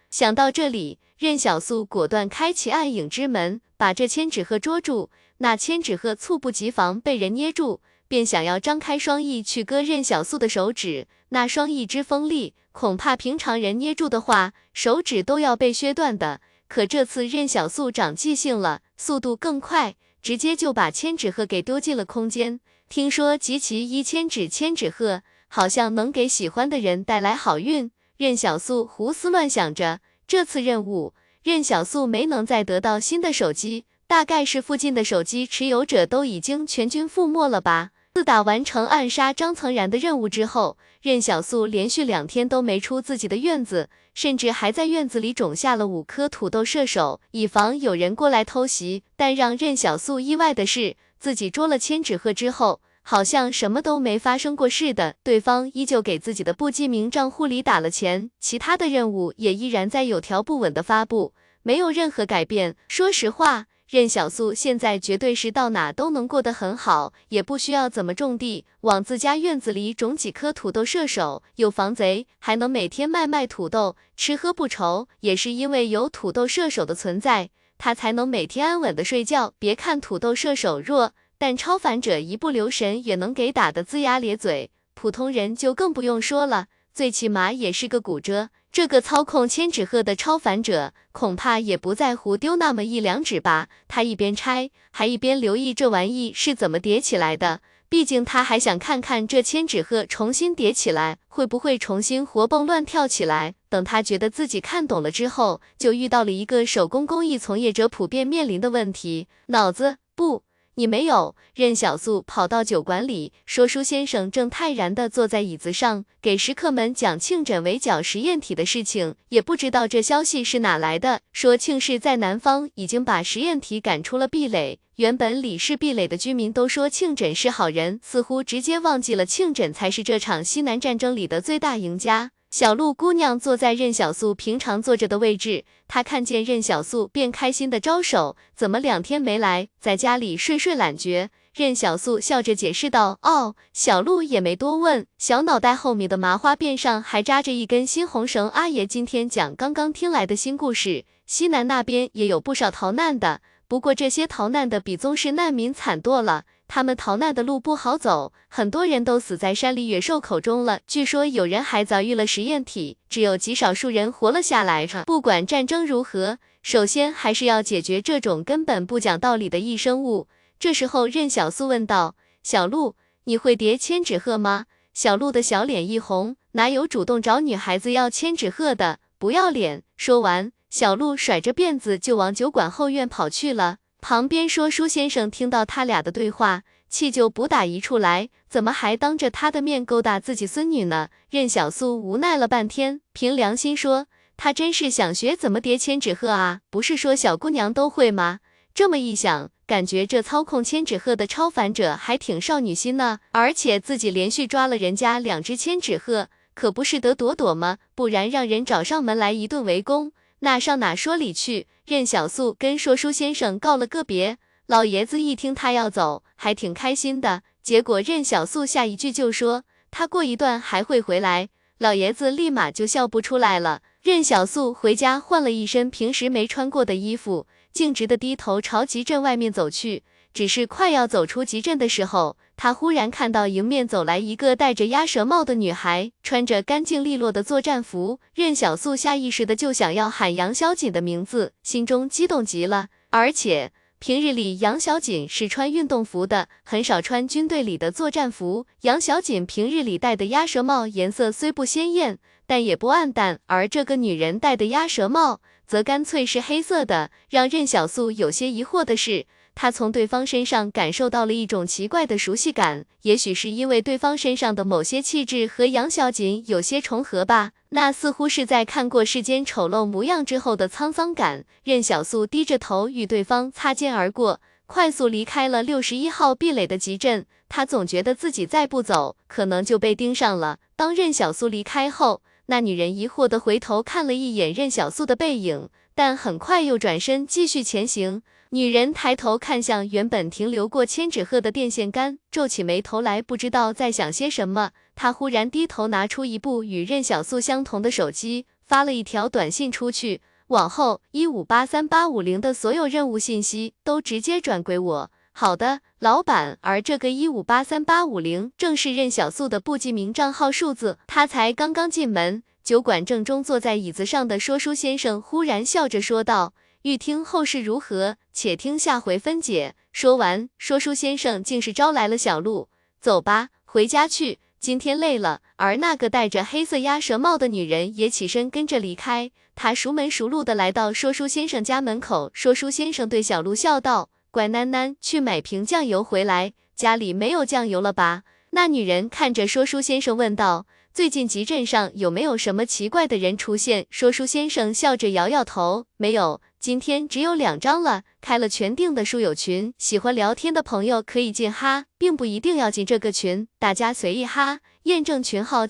想到这里，任小素果断开启暗影之门，把这千纸鹤捉住。那千纸鹤猝不及防被人捏住，便想要张开双翼去割任小素的手指。那双翼之锋利，恐怕平常人捏住的话，手指都要被削断的。可这次任小素长记性了，速度更快，直接就把千纸鹤给丢进了空间。听说集齐1000只千纸鹤，好像能给喜欢的人带来好运。任小素胡思乱想着，这次任务，任小素没能再得到新的手机，大概是附近的手机持有者都已经全军覆没了吧。自打完成暗杀张曾然的任务之后，任小素连续2天都没出自己的院子，甚至还在院子里种下了5颗土豆射手，以防有人过来偷袭。但让任小素意外的是，自己捉了千纸鹤之后，好像什么都没发生过似的，对方依旧给自己的不记名账户里打了钱，其他的任务也依然在有条不紊的发布，没有任何改变。说实话，任小素现在绝对是到哪都能过得很好，也不需要怎么种地，往自家院子里种几颗土豆射手，有防贼，还能每天卖土豆，吃喝不愁。也是因为有土豆射手的存在，他才能每天安稳的睡觉。别看土豆射手弱，但超凡者一不留神也能给打得龇牙咧嘴，普通人就更不用说了，最起码也是个骨折。这个操控千纸鹤的超凡者，恐怕也不在乎丢那么1-2纸吧。他一边拆，还一边留意这玩意是怎么叠起来的，毕竟他还想看看这千纸鹤重新叠起来，会不会重新活蹦乱跳起来。等他觉得自己看懂了之后，就遇到了一个手工工艺从业者普遍面临的问题：脑子不。你没有。任小素跑到酒馆里，说书先生正泰然地坐在椅子上，给食客们讲庆枕围剿实验体的事情，也不知道这消息是哪来的，说庆氏在南方已经把实验体赶出了壁垒。原本李氏壁垒的居民都说庆枕是好人，似乎直接忘记了庆枕才是这场西南战争里的最大赢家。小鹿姑娘坐在任小素平常坐着的位置，她看见任小素便开心的招手，怎么2天没来，在家里睡懒觉。任小素笑着解释道，哦，小鹿也没多问，小脑袋后面的麻花辫上还扎着一根新红绳。阿爷今天讲刚刚听来的新故事，西南那边也有不少逃难的，不过这些逃难的比宗室难民惨多了，他们逃难的路不好走，很多人都死在山里野兽口中了。据说有人还遭遇了实验体，只有极少数人活了下来。不管战争如何，首先还是要解决这种根本不讲道理的异生物。这时候任小素问道，小鹿，你会叠千纸鹤吗？小鹿的小脸一红，哪有主动找女孩子要千纸鹤的，不要脸。说完，小鹿甩着辫子就往酒馆后院跑去了。旁边说书先生听到他俩的对话，气就不打一处来，怎么还当着他的面勾搭自己孙女呢？任小素无奈了半天，凭良心说，他真是想学怎么叠千纸鹤啊，不是说小姑娘都会吗？这么一想，感觉这操控千纸鹤的超凡者还挺少女心呢，而且自己连续抓了人家2只千纸鹤，可不是得躲躲吗？不然让人找上门来一顿围攻，那上哪说理去？任小素跟说书先生告了个别，老爷子一听他要走，还挺开心的。结果任小素下一句就说他过一段还会回来，老爷子立马就笑不出来了。任小素回家换了一身平时没穿过的衣服，径直的低头朝集镇外面走去。只是快要走出集镇的时候，他忽然看到迎面走来一个戴着鸭舌帽的女孩，穿着干净利落的作战服。任小素下意识的就想要喊杨小锦的名字，心中激动极了。而且平日里杨小锦是穿运动服的，很少穿军队里的作战服。杨小锦平日里戴的鸭舌帽颜色虽不鲜艳，但也不暗淡，而这个女人戴的鸭舌帽则干脆是黑色的。让任小素有些疑惑的是，他从对方身上感受到了一种奇怪的熟悉感，也许是因为对方身上的某些气质和杨小锦有些重合吧，那似乎是在看过世间丑陋模样之后的沧桑感。任小素低着头与对方擦肩而过，快速离开了61号壁垒的集镇。他总觉得自己再不走，可能就被盯上了。当任小素离开后，那女人疑惑地回头看了一眼任小素的背影，但很快又转身继续前行。女人抬头看向原本停留过千纸鹤的电线杆，皱起眉头来，不知道在想些什么。她忽然低头拿出一部与任小素相同的手机， 发了一条短信出去，往后1583850的所有任务信息都直接转给我。好的，老板。而这个1583850正是任小素的不记名账号数字。他才刚刚进门，酒馆正中坐在椅子上的说书先生忽然笑着说道：“欲听后事如何，且听下回分解。”说完，说书先生竟是招来了小鹿：“走吧，回家去，今天累了。”而那个戴着黑色鸭舌帽的女人也起身跟着离开。她熟门熟路的来到说书先生家门口，说书先生对小鹿笑道：“乖囡囡，去买瓶酱油回来，家里没有酱油了吧？”那女人看着说书先生问道：“最近集镇上有没有什么奇怪的人出现？”说书先生笑着摇摇头：“没有，今天只有2张了，开了全订的书友群，喜欢聊天的朋友可以进哈，并不一定要进这个群，大家随意哈。验证群号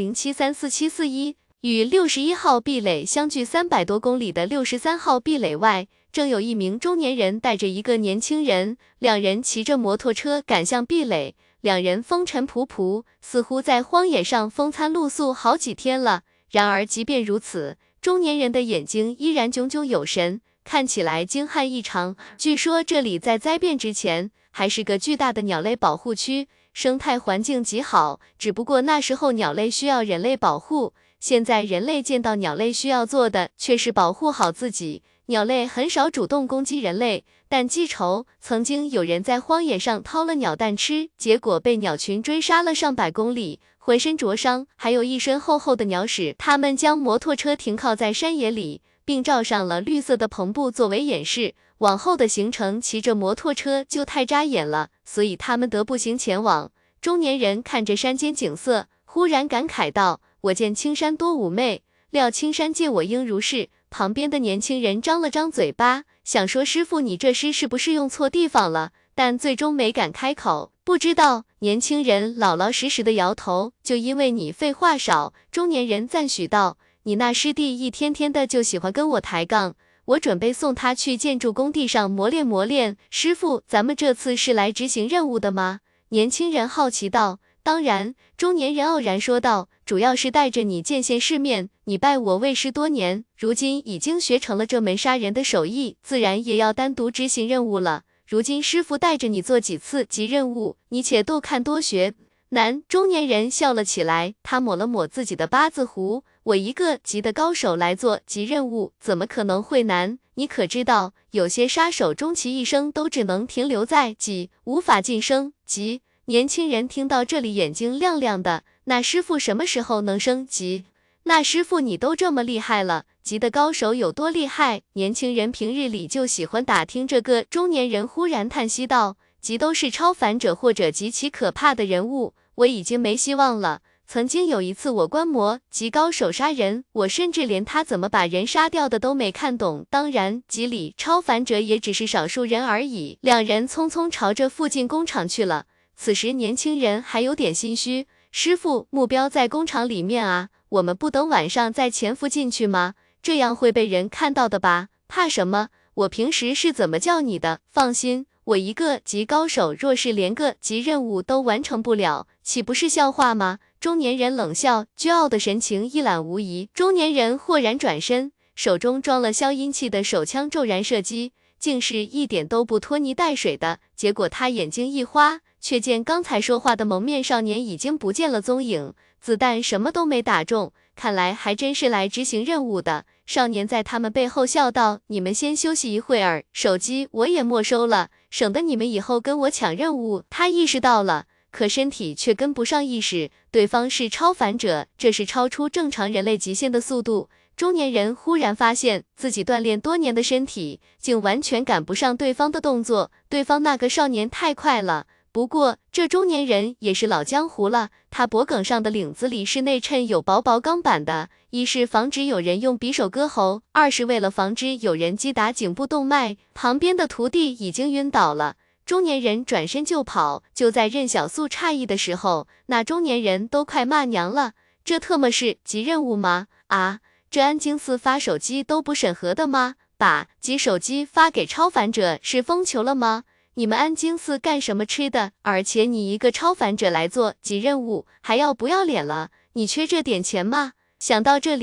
7207344741，与61号壁垒相距300多公里的63号壁垒外，正有一名中年人带着一个年轻人，两人骑着摩托车赶向壁垒。两人风尘仆仆，似乎在荒野上风餐露宿好几天了。然而即便如此，中年人的眼睛依然炯炯有神，看起来精悍异常。据说这里在灾变之前还是个巨大的鸟类保护区，生态环境极好，只不过那时候鸟类需要人类保护，现在人类见到鸟类需要做的却是保护好自己。鸟类很少主动攻击人类，但记仇，曾经有人在荒野上掏了鸟蛋吃，结果被鸟群追杀了上百公里，浑身灼伤，还有一身厚厚的鸟屎。他们将摩托车停靠在山野里，并罩上了绿色的篷布作为掩饰。往后的行程骑着摩托车就太扎眼了，所以他们得步行前往。中年人看着山间景色，忽然感慨道：“我见青山多妩媚，料青山见我应如是。”旁边的年轻人张了张嘴巴，想说师傅你这诗是不是用错地方了，但最终没敢开口。不知道，年轻人老老实实的摇头，就因为你废话少。中年人赞许道：“你那师弟一天天的就喜欢跟我抬杠，我准备送他去建筑工地上磨练磨练。师傅，咱们这次是来执行任务的吗？”年轻人好奇道。当然，中年人傲然说道，主要是带着你见见世面，你拜我为师多年，如今已经学成了这门杀人的手艺，自然也要单独执行任务了。如今师傅带着你做几次急任务，你且多看多学。难，中年人笑了起来，他抹了抹自己的八字胡，我一个急的高手来做急任务，怎么可能会难？你可知道，有些杀手终其一生都只能停留在急，无法晋升急。年轻人听到这里眼睛亮亮的，那师傅什么时候能升级？那师傅你都这么厉害了，级的高手有多厉害？年轻人平日里就喜欢打听这个。中年人忽然叹息道，级都是超凡者或者极其可怕的人物，我已经没希望了。曾经有一次我观摩级高手杀人，我甚至连他怎么把人杀掉的都没看懂。当然，级里超凡者也只是少数人而已。两人匆匆朝着附近工厂去了。此时年轻人还有点心虚，师傅，目标在工厂里面啊，我们不等晚上再潜伏进去吗？这样会被人看到的吧？怕什么？我平时是怎么叫你的？放心，我一个级高手，若是连个级任务都完成不了，岂不是笑话吗？中年人冷笑，骄傲的神情一览无遗。中年人豁然转身，手中装了消音器的手枪骤然射击，竟是一点都不拖泥带水的。结果他眼睛一花，却见刚才说话的蒙面少年已经不见了踪影，子弹什么都没打中，看来还真是来执行任务的。少年在他们背后笑道，你们先休息一会儿，手机我也没收了，省得你们以后跟我抢任务。他意识到了，可身体却跟不上意识，对方是超凡者，这是超出正常人类极限的速度。中年人忽然发现自己锻炼多年的身体竟完全赶不上对方的动作，对方那个少年太快了。不过这中年人也是老江湖了，他脖梗上的领子里是内衬有薄薄钢板的，一是防止有人用匕首割喉，二是为了防止有人击打颈部动脉。旁边的徒弟已经晕倒了，中年人转身就跑。就在任小素诧异的时候，那中年人都快骂娘了，这特么是急任务吗？啊，这安京寺发手机都不审核的吗？把急手机发给超凡者是疯球了吗？你们安京寺干什么吃的？而且你一个超凡者来做急任务，还要不要脸了？你缺这点钱吗？想到这里，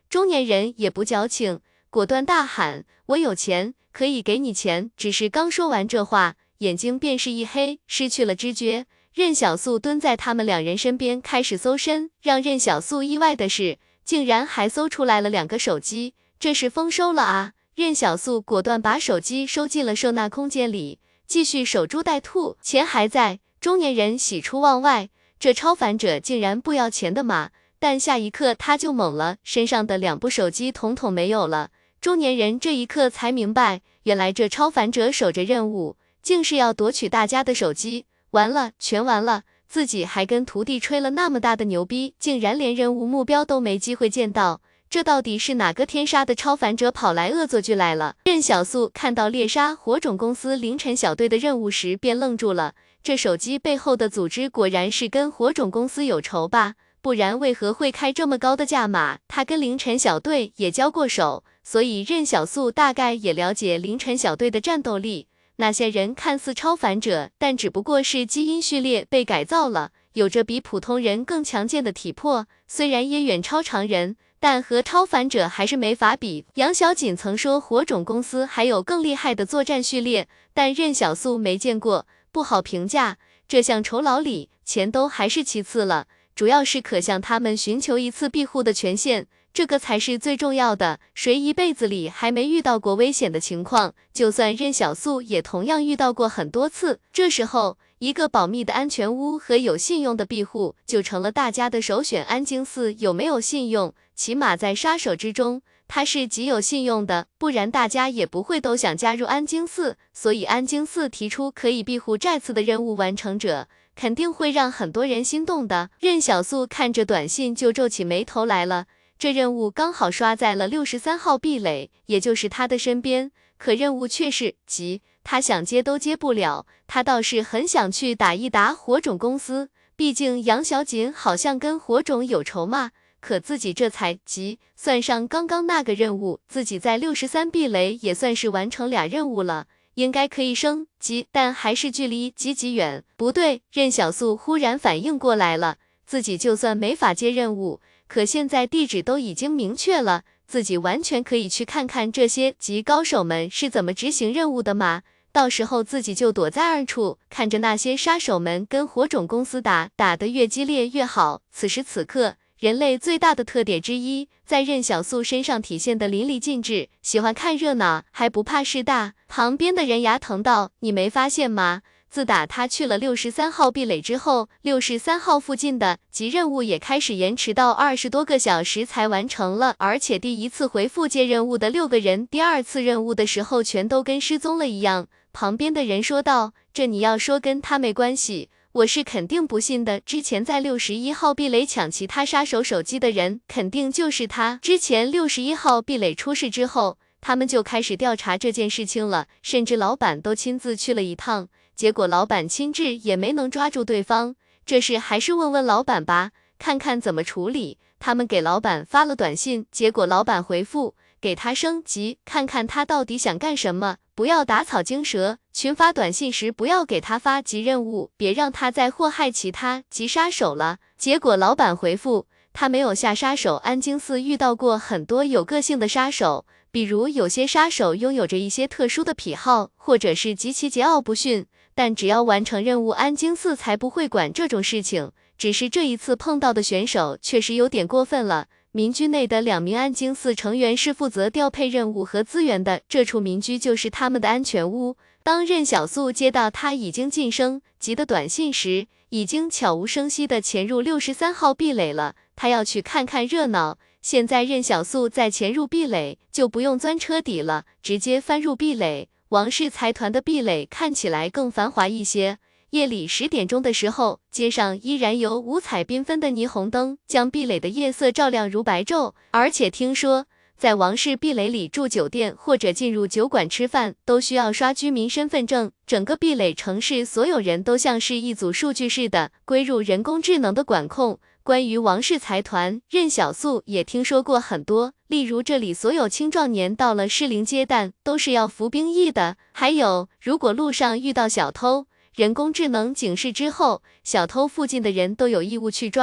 中年人也不矫情，果断大喊：我有钱，可以给你钱。只是刚说完这话，眼睛便是一黑，失去了知觉。任小素蹲在他们两人身边开始搜身，让任小素意外的是，竟然还搜出来了2个手机，这是丰收了啊！任小素果断把手机收进了收纳空间里，继续守株待兔，钱还在。中年人喜出望外，这超凡者竟然不要钱的嘛！但下一刻他就懵了，身上的2部手机统统没有了。中年人这一刻才明白，原来这超凡者守着任务，竟是要夺取大家的手机。完了，全完了！自己还跟徒弟吹了那么大的牛逼，竟然连任务目标都没机会见到。这到底是哪个天杀的超凡者跑来恶作剧来了？任小素看到猎杀火种公司凌晨小队的任务时便愣住了，这手机背后的组织果然是跟火种公司有仇吧？不然为何会开这么高的价码？他跟凌晨小队也交过手，所以任小素大概也了解凌晨小队的战斗力。那些人看似超凡者，但只不过是基因序列被改造了，有着比普通人更强健的体魄，虽然也远超常人，但和超凡者还是没法比。杨小锦曾说火种公司还有更厉害的作战序列，但任小素没见过，不好评价。这项酬劳里，钱都还是其次了，主要是可向他们寻求一次庇护的权限，这个才是最重要的。谁一辈子里还没遇到过危险的情况？就算任小素也同样遇到过很多次。这时候，一个保密的安全屋和有信用的庇护就成了大家的首选。安京寺有没有信用？起码在杀手之中，他是极有信用的，不然大家也不会都想加入安京寺。所以安京寺提出可以庇护寨次的任务完成者，肯定会让很多人心动的。任小素看着短信就皱起眉头来了，这任务刚好刷在了63号壁垒，也就是他的身边，可任务却是急，他想接都接不了。他倒是很想去打一打火种公司，毕竟杨小锦好像跟火种有仇嘛。可自己这才急，算上刚刚那个任务，自己在63壁垒也算是完成2任务了，应该可以升级，但还是距离极远。不对，任小素忽然反应过来了，自己就算没法接任务，可现在地址都已经明确了，自己完全可以去看看这些极高手们是怎么执行任务的嘛。到时候自己就躲在二处，看着那些杀手们跟火种公司打得越激烈越好。此时此刻，人类最大的特点之一，在任小素身上体现的淋漓尽致，喜欢看热闹，还不怕事大。旁边的人牙疼道：你没发现吗？自打他去了63号壁垒之后，63号附近的急任务也开始延迟到20多个小时才完成了，而且第一次回复接任务的6个人，第2次任务的时候全都跟失踪了一样。旁边的人说道：这你要说跟他没关系，我是肯定不信的，之前在61号壁垒抢其他杀手手机的人，肯定就是他。之前61号壁垒出事之后，他们就开始调查这件事情了，甚至老板都亲自去了一趟，结果老板亲至也没能抓住对方。这事还是问问老板吧，看看怎么处理。他们给老板发了短信，结果老板回复，给他升级，看看他到底想干什么，不要打草惊蛇。群发短信时不要给他发急任务，别让他再祸害其他急杀手了。结果老板回复，他没有下杀手。安京寺遇到过很多有个性的杀手，比如有些杀手拥有着一些特殊的癖好，或者是极其桀骜不驯，但只要完成任务，安京寺才不会管这种事情。只是这一次碰到的选手确实有点过分了。民居内的2名安京寺成员是负责调配任务和资源的，这处民居就是他们的安全屋。当任小素接到他已经晋升级的短信时，已经悄无声息地潜入63号壁垒了，他要去看看热闹。现在任小素再潜入壁垒，就不用钻车底了，直接翻入壁垒。王氏财团的壁垒看起来更繁华一些。夜里10点钟的时候，街上依然有五彩缤纷的霓虹灯，将壁垒的夜色照亮如白昼。而且听说，在王氏壁垒里住酒店或者进入酒馆吃饭，都需要刷居民身份证。整个壁垒城市所有人都像是一组数据似的，归入人工智能的管控。关于王氏财团，任小素也听说过很多，例如这里所有青壮年到了适龄阶段都是要服兵役的，还有如果路上遇到小偷，人工智能警示之后，小偷附近的人都有义务去抓。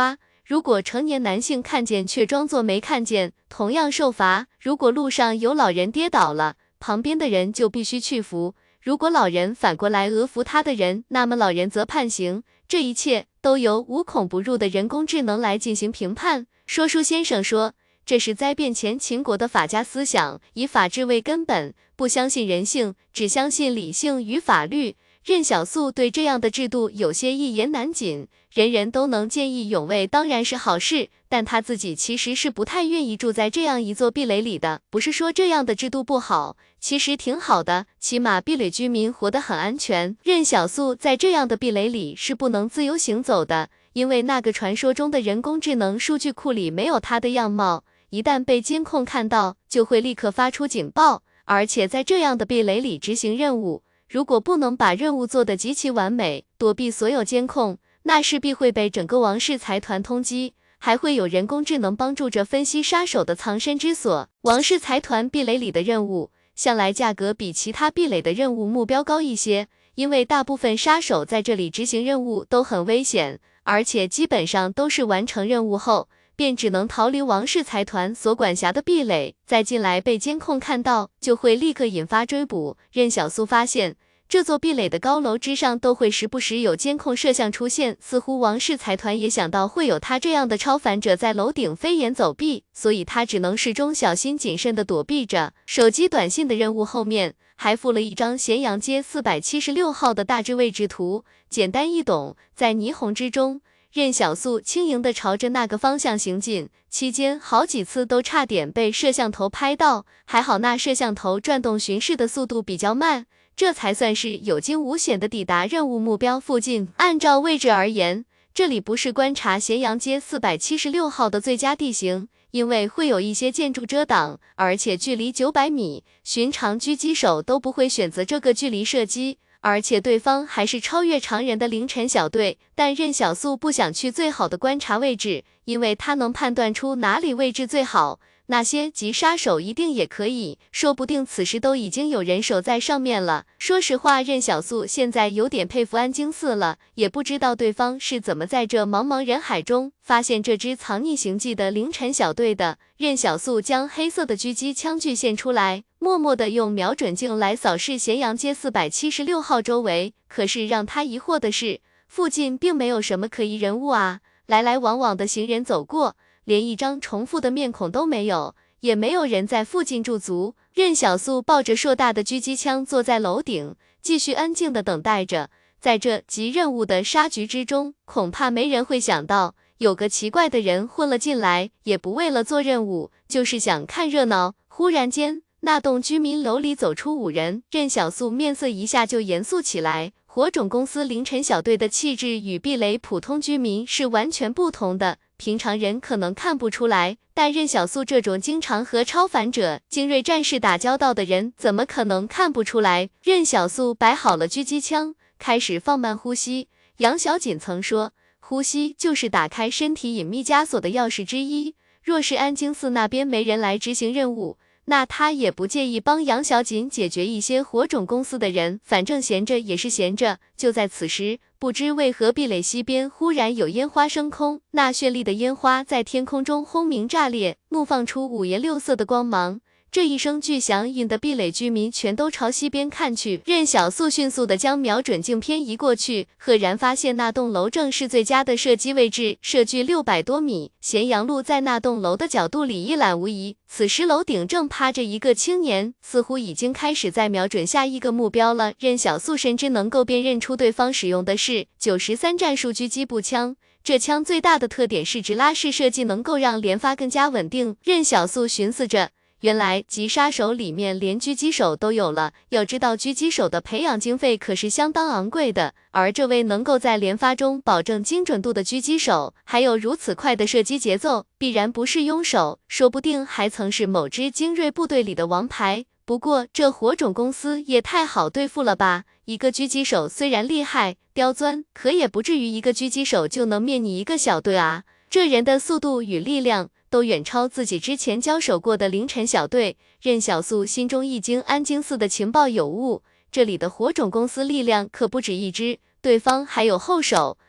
如果成年男性看见却装作没看见，同样受罚。如果路上有老人跌倒了，旁边的人就必须去扶。如果老人反过来讹扶他的人，那么老人则判刑。这一切都由无孔不入的人工智能来进行评判。说书先生说，这是灾变前秦国的法家思想，以法治为根本，不相信人性，只相信理性与法律。任小素对这样的制度有些一言难尽，人人都能见义勇为当然是好事，但他自己其实是不太愿意住在这样一座壁垒里的。不是说这样的制度不好，其实挺好的，起码壁垒居民活得很安全。任小素在这样的壁垒里是不能自由行走的，因为那个传说中的人工智能数据库里没有他的样貌，一旦被监控看到，就会立刻发出警报，而且在这样的壁垒里执行任务。如果不能把任务做得极其完美，躲避所有监控，那势必会被整个王氏财团通缉，还会有人工智能帮助着分析杀手的藏身之所。王氏财团壁垒里的任务，向来价格比其他壁垒的任务目标高一些，因为大部分杀手在这里执行任务都很危险，而且基本上都是完成任务后，便只能逃离王氏财团所管辖的壁垒，再进来被监控看到，就会立刻引发追捕。任小素发现，这座壁垒的高楼之上都会时不时有监控摄像出现，似乎王氏财团也想到会有他这样的超凡者在楼顶飞檐走壁，所以他只能始终小心谨慎地躲避着。手机短信的任务后面还附了一张咸阳街476号的大致位置图，简单易懂。在霓虹之中，任小素轻盈地朝着那个方向行进，期间好几次都差点被摄像头拍到，还好那摄像头转动巡视的速度比较慢，这才算是有惊无险地抵达任务目标附近。按照位置而言，这里不是观察咸阳街476号的最佳地形，因为会有一些建筑遮挡，而且距离900米，寻常狙击手都不会选择这个距离射击，而且对方还是超越常人的凌晨小队。但任小素不想去最好的观察位置，因为他能判断出哪里位置最好，那些急杀手一定也可以，说不定此时都已经有人守在上面了。说实话，任小素现在有点佩服安京寺了，也不知道对方是怎么在这茫茫人海中发现这支藏匿行迹的凌晨小队的。任小素将黑色的狙击枪具现出来，默默地用瞄准镜来扫视咸阳街476号周围，可是让他疑惑的是，附近并没有什么可疑人物啊，来来往往的行人走过，连一张重复的面孔都没有，也没有人在附近驻足。任小素抱着硕大的狙击枪坐在楼顶，继续安静地等待着。在这急任务的杀局之中，恐怕没人会想到，有个奇怪的人混了进来，也不为了做任务，就是想看热闹。忽然间，那栋居民楼里走出5人，任小素面色一下就严肃起来。火种公司凌晨小队的气质与壁垒普通居民是完全不同的，平常人可能看不出来，但任小素这种经常和超凡者、精锐战士打交道的人，怎么可能看不出来？任小素摆好了狙击枪，开始放慢呼吸。杨小锦曾说，呼吸就是打开身体隐秘枷锁的钥匙之一。若是安京寺那边没人来执行任务，那他也不介意帮杨小锦解决一些火种公司的人，反正闲着也是闲着。就在此时，不知为何壁垒西边忽然有烟花升空，那绚丽的烟花在天空中轰鸣炸裂，怒放出五颜六色的光芒。这一声巨响引得壁垒居民全都朝西边看去，任小素迅速地将瞄准镜偏移过去，赫然发现那栋楼正是最佳的射击位置，射距600多米，咸阳路在那栋楼的角度里一览无遗。此时楼顶正趴着一个青年，似乎已经开始在瞄准下一个目标了。任小素深知能够辨认出对方使用的是93战术狙击步枪，这枪最大的特点是直拉式射击，能够让连发更加稳定。任小素寻思着，原来急杀手里面连狙击手都有了，要知道狙击手的培养经费可是相当昂贵的，而这位能够在连发中保证精准度的狙击手，还有如此快的射击节奏，必然不是庸手，说不定还曾是某支精锐部队里的王牌。不过这火种公司也太好对付了吧，一个狙击手虽然厉害刁钻，可也不至于一个狙击手就能灭你一个小队啊，这人的速度与力量都远超自己之前交手过的凌晨小队。任小素心中一惊，安京寺的情报有误，这里的火种公司力量可不止一支，对方还有后手，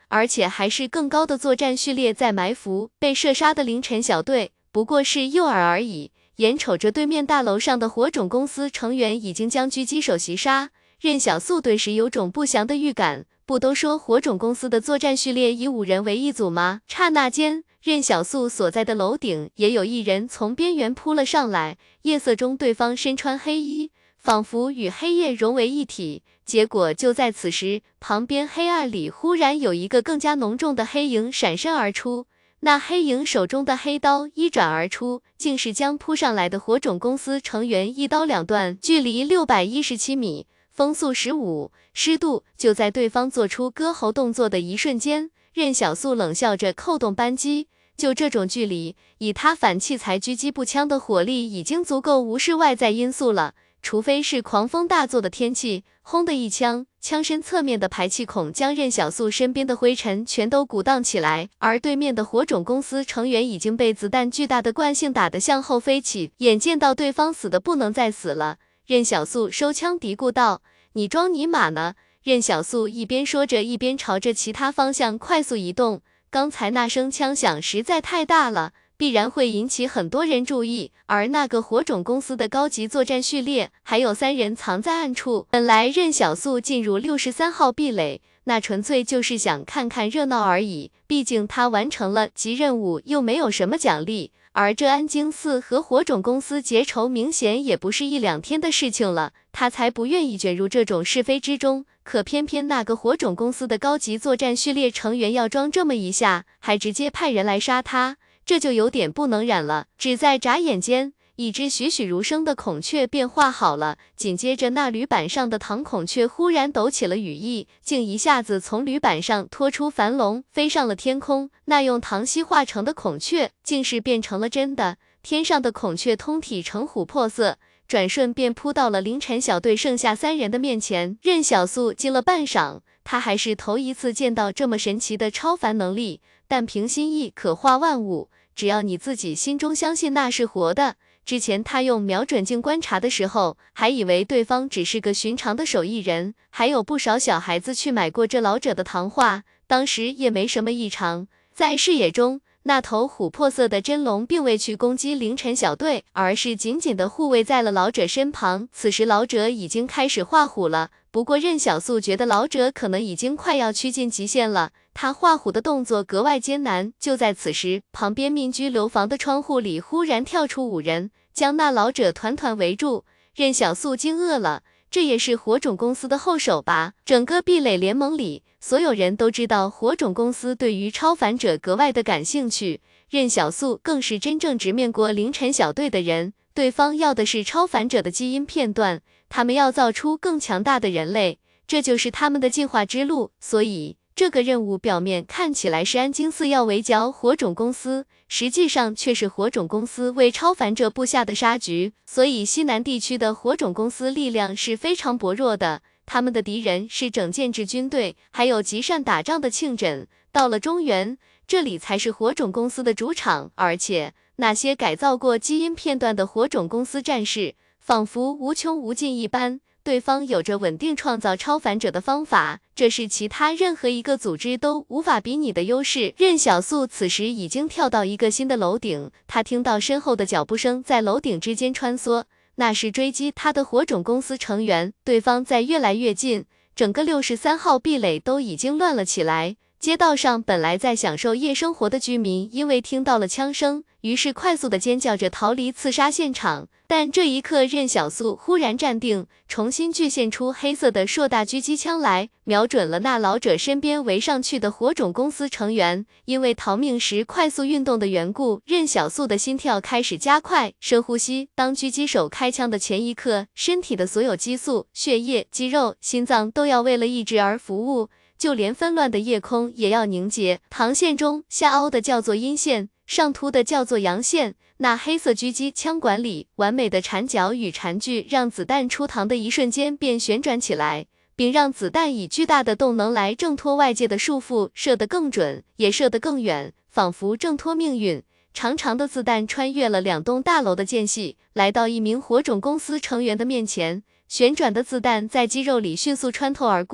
而且还是更高的作战序列在埋伏，被射杀的凌晨小队不过是诱饵而已。眼瞅着对面大楼上的火种公司成员已经将狙击手袭杀，任小素顿时有种不祥的预感。不都说火种公司的作战序列以5人为一组吗？刹那间，任小素所在的楼顶也有一人从边缘扑了上来。夜色中，对方身穿黑衣，仿佛与黑夜融为一体。结果就在此时，旁边黑暗里忽然有一个更加浓重的黑影闪身而出。那黑影手中的黑刀一转而出，竟是将扑上来的火种公司成员一刀两断，距离617米，风速15，湿度。就在对方做出割喉动作的一瞬间，任小素冷笑着扣动扳机。就这种距离，以他反器材狙击步枪的火力已经足够无视外在因素了。除非是狂风大作的天气，轰的一枪，枪身侧面的排气孔将任小素身边的灰尘全都鼓荡起来，而对面的火种公司成员已经被子弹巨大的惯性打得向后飞起，眼见到对方死的不能再死了，任小素收枪嘀咕道：“你装尼玛呢？”任小素一边说着，一边朝着其他方向快速移动。刚才那声枪响实在太大了，必然会引起很多人注意，而那个火种公司的高级作战序列还有3人藏在暗处。本来任小素进入63号壁垒，那纯粹就是想看看热闹而已，毕竟他完成了级任务，又没有什么奖励。而这安京寺和火种公司结仇，明显也不是1、2天的事情了，他才不愿意卷入这种是非之中。可偏偏那个火种公司的高级作战序列成员要装这么一下，还直接派人来杀他，这就有点不能忍了。只在眨眼间，一只栩栩如生的孔雀便画好了，紧接着那铝板上的唐孔雀忽然抖起了羽翼，竟一下子从铝板上拖出繁龙，飞上了天空。那用唐锡画成的孔雀，竟是变成了真的。天上的孔雀通体呈琥珀色，转瞬便扑到了凌晨小队剩下3人的面前。任小素惊了半晌，他还是头一次见到这么神奇的超凡能力，但凭心意可化万物，只要你自己心中相信那是活的。之前他用瞄准镜观察的时候，还以为对方只是个寻常的手艺人，还有不少小孩子去买过这老者的糖画，当时也没什么异常。在视野中，那头琥珀色的真龙并未去攻击凌晨小队，而是紧紧地护卫在了老者身旁。此时老者已经开始画虎了，不过任小素觉得老者可能已经快要趋近极限了，他画虎的动作格外艰难。就在此时，旁边民居楼房的窗户里忽然跳出5人，将那老者团团围住。任小素惊愕了，这也是火种公司的后手吧？整个壁垒联盟里，所有人都知道火种公司对于超凡者格外的感兴趣，任小素更是真正直面过凌晨小队的人，对方要的是超凡者的基因片段，他们要造出更强大的人类，这就是他们的进化之路。所以这个任务表面看起来是安京寺要围剿火种公司，实际上却是火种公司为超凡者布下的杀局。所以西南地区的火种公司力量是非常薄弱的，他们的敌人是整建制军队，还有极善打仗的庆枕。到了中原，这里才是火种公司的主场，而且那些改造过基因片段的火种公司战士，仿佛无穷无尽一般。对方有着稳定创造超凡者的方法，这是其他任何一个组织都无法比拟的优势。任小素此时已经跳到一个新的楼顶，他听到身后的脚步声在楼顶之间穿梭，那是追击他的火种公司成员，对方在越来越近，整个63号壁垒都已经乱了起来。街道上本来在享受夜生活的居民，因为听到了枪声，于是快速的尖叫着逃离刺杀现场。但这一刻，任小素忽然站定，重新具现出黑色的硕大狙击枪来，瞄准了那老者身边围上去的火种公司成员。因为逃命时快速运动的缘故，任小素的心跳开始加快，深呼吸。当狙击手开枪的前一刻，身体的所有激素、血液、肌肉、心脏都要为了意志而服务。就连纷乱的夜空也要凝结。膛线中下凹的叫做阴线，上凸的叫做阳线。那黑色狙击枪管里完美的缠脚与缠具，让子弹出膛的一瞬间便旋转起来，并让子弹以巨大的动能来挣脱外界的束缚，射得更准，也射得更远，仿佛挣脱命运。长长的子弹穿越了2栋大楼的间隙，来到一名火种公司成员的面前。旋转的子弹在肌肉里迅速穿透而过，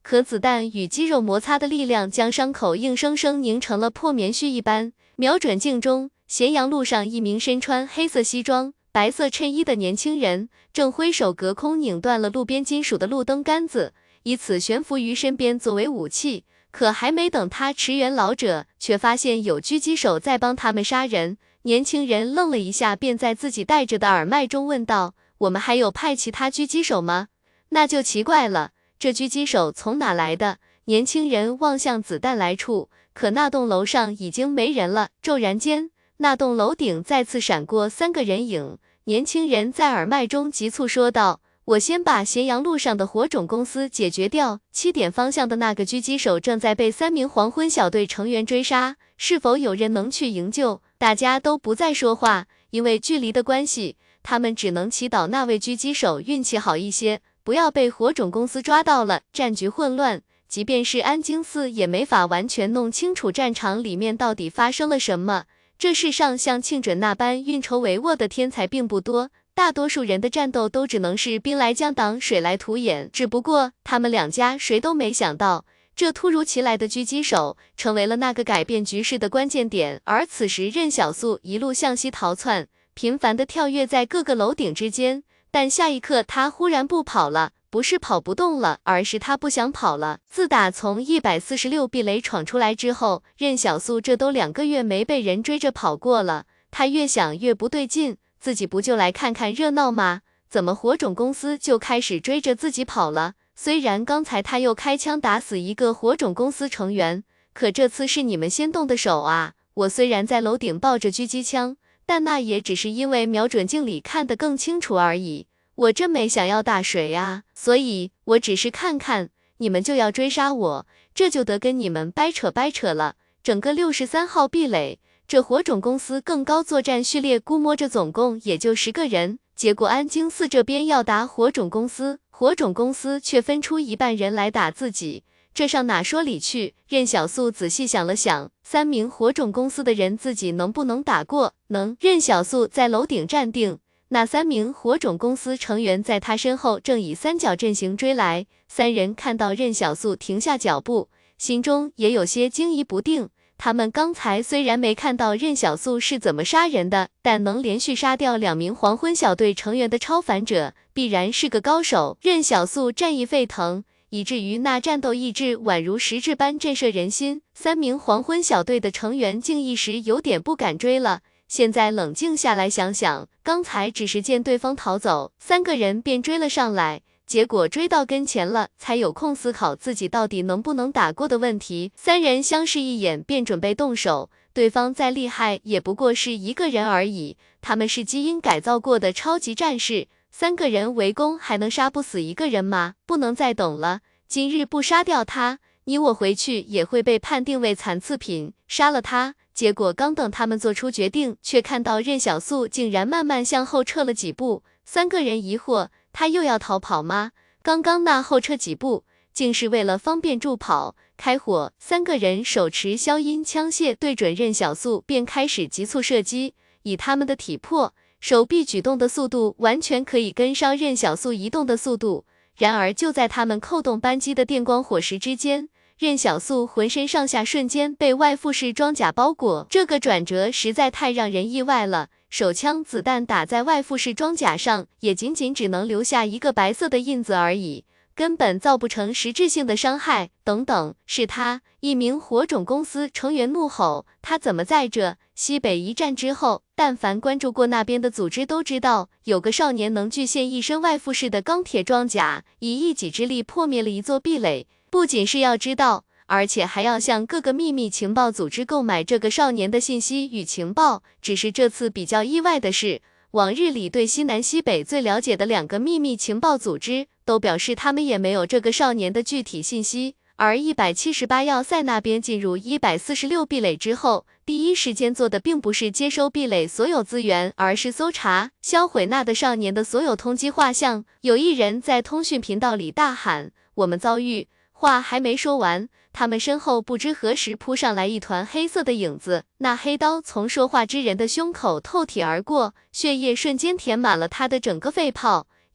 可子弹与肌肉摩擦的力量将伤口硬生生拧成了破棉絮一般。瞄准镜中，咸阳路上一名身穿黑色西装、白色衬衣的年轻人，正挥手隔空拧断了路边金属的路灯杆子，以此悬浮于身边作为武器。可还没等他驰援老者，却发现有狙击手在帮他们杀人。年轻人愣了一下，便在自己戴着的耳麦中问道：“我们还有派其他狙击手吗？”那就奇怪了，这狙击手从哪来的？年轻人望向子弹来处，可那栋楼上已经没人了。骤然间，那栋楼顶再次闪过3个人影。年轻人在耳麦中急促说道：“我先把咸阳路上的火种公司解决掉。7点方向的那个狙击手正在被3名黄昏小队成员追杀，是否有人能去营救？”大家都不再说话，因为距离的关系，他们只能祈祷那位狙击手运气好一些，不要被火种公司抓到了。战局混乱，即便是安京寺也没法完全弄清楚战场里面到底发生了什么。这世上像庆准那般运筹帷幄的天才并不多，大多数人的战斗都只能是兵来将挡，水来土掩。只不过他们2家谁都没想到，这突如其来的狙击手成为了那个改变局势的关键点。而此时任小素一路向西逃窜，频繁地跳跃在各个楼顶之间，但下一刻他忽然不跑了。不是跑不动了，而是他不想跑了。自打从146壁垒闯出来之后，任小素这都2个月没被人追着跑过了。他越想越不对劲，自己不就来看看热闹吗？怎么火种公司就开始追着自己跑了？虽然刚才他又开枪打死一个火种公司成员，可这次是你们先动的手啊！我虽然在楼顶抱着狙击枪，但那也只是因为瞄准镜里看得更清楚而已。我真没想要打谁啊，所以我只是看看，你们就要追杀我，这就得跟你们掰扯掰扯了。整个63号壁垒，这火种公司更高作战序列估摸着总共也就10个人，结果安京寺这边要打火种公司，火种公司却分出1半人来打自己，这上哪说理去？任小素仔细想了想，3名火种公司的人自己能不能打过？能。任小素在楼顶站定。那3名火种公司成员在他身后正以3角阵型追来，3人看到任小素停下脚步，心中也有些惊疑不定。他们刚才虽然没看到任小素是怎么杀人的，但能连续杀掉2名黄昏小队成员的超凡者，必然是个高手。任小素战意沸腾，以至于那战斗意志宛如实质般震慑人心。3名黄昏小队的成员竟一时有点不敢追了。现在冷静下来想想，刚才只是见对方逃走，3个人便追了上来，结果追到跟前了，才有空思考自己到底能不能打过的问题。3人相视一眼，便准备动手。对方再厉害，也不过是1个人而已，他们是基因改造过的超级战士，3个人围攻还能杀不死1个人吗？不能再等了，今日不杀掉他，你我回去也会被判定为残次品，杀了他。结果刚等他们做出决定，却看到任小素竟然慢慢向后撤了几步。3个人疑惑，他又要逃跑吗？刚刚那后撤几步，竟是为了方便助跑。开火，3个人手持消音枪械对准任小素，便开始急促射击。以他们的体魄，手臂举动的速度完全可以跟上任小素移动的速度。然而就在他们扣动扳机的电光火石之间，任小素浑身上下瞬间被外附式装甲包裹，这个转折实在太让人意外了。手枪子弹打在外附式装甲上，也仅仅只能留下一个白色的印子而已，根本造不成实质性的伤害。等等，是他！一名火种公司成员怒吼，他怎么在这？西北一战之后，但凡关注过那边的组织都知道，有个少年能具现一身外附式的钢铁装甲，以一己之力破灭了一座壁垒。不仅是要知道，而且还要向各个秘密情报组织购买这个少年的信息与情报。只是这次比较意外的是，往日里对西南西北最了解的2个秘密情报组织，都表示他们也没有这个少年的具体信息。而178要塞那边进入146壁垒之后，第一时间做的并不是接收壁垒所有资源，而是搜查、销毁那的少年的所有通缉画像。有一人在通讯频道里大喊：“我们遭遇！”话还没说完，他们身后不知何时扑上来一团黑色的影子，那黑刀从说话之人的胸口透体而过，血液瞬间填满了他的整个肺泡。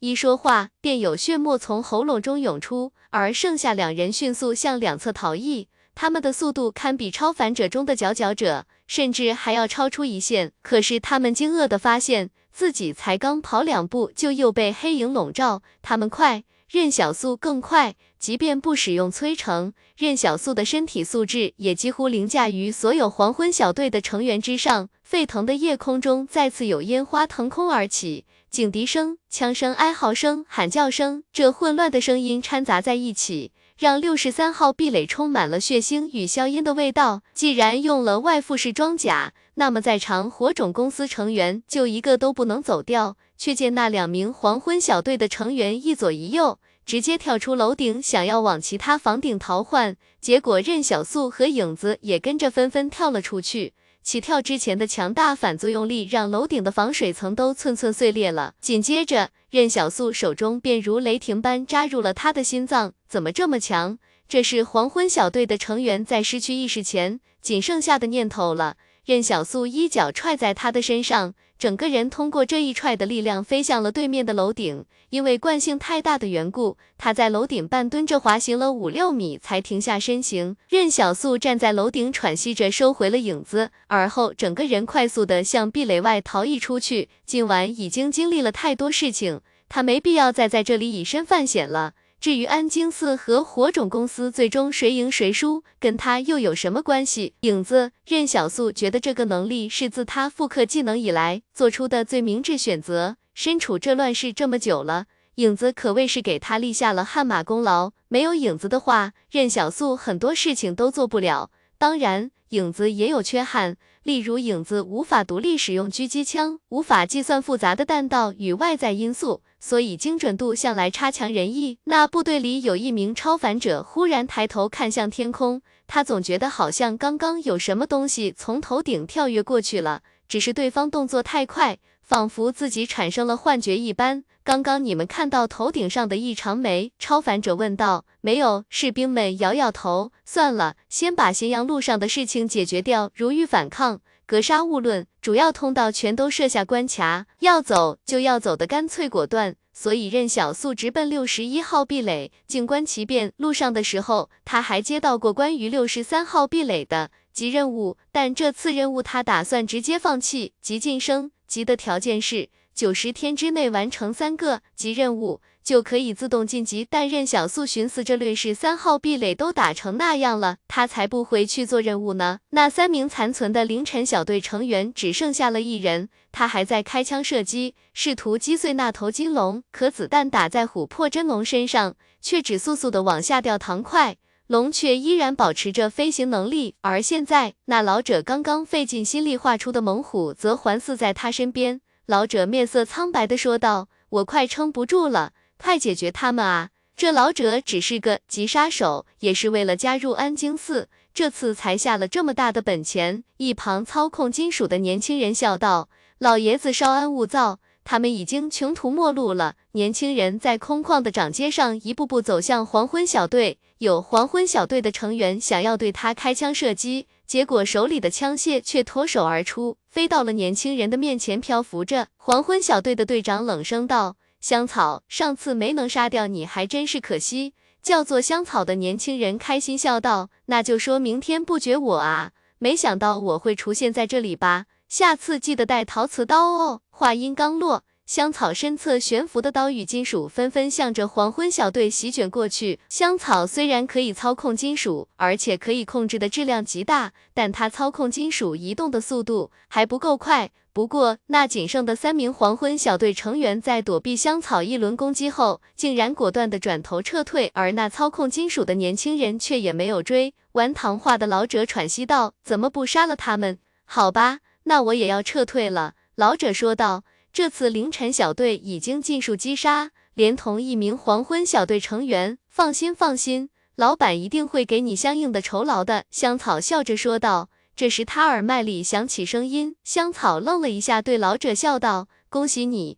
一说话，便有血沫从喉咙中涌出，而剩下2人迅速向两侧逃逸。他们的速度堪比超凡者中的佼佼者，甚至还要超出一线。可是他们惊愕地发现，自己才刚跑2步，就又被黑影笼罩。他们快，任小素更快，即便不使用催成，任小素的身体素质也几乎凌驾于所有黄昏小队的成员之上。沸腾的夜空中再次有烟花腾空而起，警笛声、枪声、哀嚎声、喊叫声，这混乱的声音掺杂在一起，让63号壁垒充满了血腥与硝烟的味道。既然用了外附式装甲，那么在场火种公司成员就一个都不能走掉。却见那2名黄昏小队的成员一左一右，直接跳出楼顶，想要往其他房顶逃换。结果任小素和影子也跟着纷纷跳了出去。起跳之前的强大反作用力让楼顶的防水层都寸寸碎裂了。紧接着，任小素手中便如雷霆般扎入了他的心脏。怎么这么强？这是黄昏小队的成员在失去意识前仅剩下的念头了。任小素一脚踹在他的身上，整个人通过这一踹的力量飞向了对面的楼顶。因为惯性太大的缘故，他在楼顶半蹲着滑行了5-6米才停下身形。任小素站在楼顶喘息着收回了影子，而后整个人快速地向壁垒外逃逸出去。今晚已经经历了太多事情，他没必要再在这里以身犯险了。至于安京寺和火种公司最终谁赢谁输，跟他又有什么关系？影子，任小素觉得这个能力是自他复刻技能以来做出的最明智选择。身处这乱世这么久了，影子可谓是给他立下了汗马功劳。没有影子的话，任小素很多事情都做不了。当然，影子也有缺憾，例如影子无法独立使用狙击枪，无法计算复杂的弹道与外在因素，所以精准度向来差强人意。那部队里有一名超凡者忽然抬头看向天空，他总觉得好像刚刚有什么东西从头顶跳跃过去了，只是对方动作太快，仿佛自己产生了幻觉一般。刚刚你们看到头顶上的异常没？超凡者问道。没有，士兵们摇摇头。算了，先把咸阳路上的事情解决掉，如遇反抗，格杀勿论，主要通道全都设下关卡，要走就要走得干脆果断。所以任小素直奔61号壁垒。静观其变，路上的时候，他还接到过关于63号壁垒的急任务，但这次任务他打算直接放弃。急晋升，急的条件是90天之内完成3个急任务，就可以自动晋级。但任小素寻思，这63号壁垒都打成那样了，他才不回去做任务呢。那3名残存的凌晨小队成员只剩下了1人，他还在开枪射击，试图击碎那头金龙，可子弹打在琥珀真龙身上，却只速速的往下掉糖块。龙却依然保持着飞行能力，而现在那老者刚刚费尽心力画出的猛虎则环伺在他身边。老者面色苍白地说道，我快撑不住了，快解决他们啊！这老者只是个急杀手，也是为了加入安京寺，这次才下了这么大的本钱。一旁操控金属的年轻人笑道，老爷子稍安勿躁，他们已经穷途末路了。年轻人在空旷的掌街上一步步走向黄昏小队，有黄昏小队的成员想要对他开枪射击，结果手里的枪械却脱手而出，飞到了年轻人的面前漂浮着。黄昏小队的队长冷声道，香草，上次没能杀掉你还真是可惜。叫做香草的年轻人开心笑道，那就说明天不绝我啊，没想到我会出现在这里吧，下次记得带陶瓷刀哦。话音刚落，香草身侧悬浮的刀与金属纷纷向着黄昏小队席卷过去。香草虽然可以操控金属，而且可以控制的质量极大，但它操控金属移动的速度还不够快。不过那仅剩的3名黄昏小队成员在躲避香草一轮攻击后，竟然果断地转头撤退，而那操控金属的年轻人却也没有追。玩糖画的老者喘息道，怎么不杀了他们？好吧，那我也要撤退了。老者说道，这次凌晨小队已经尽数击杀，连同1名黄昏小队成员。放心放心，老板一定会给你相应的酬劳的。香草笑着说道。这时他耳麦里响起声音，香草愣了一下，对老者笑道，恭喜你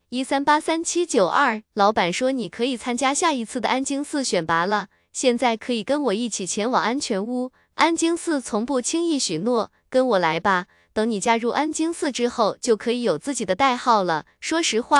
1383792，老板说你可以参加下一次的安京寺选拔了，现在可以跟我一起前往安全屋。安京寺从不轻易许诺，跟我来吧，等你加入安京寺之后，就可以有自己的代号了。说实话，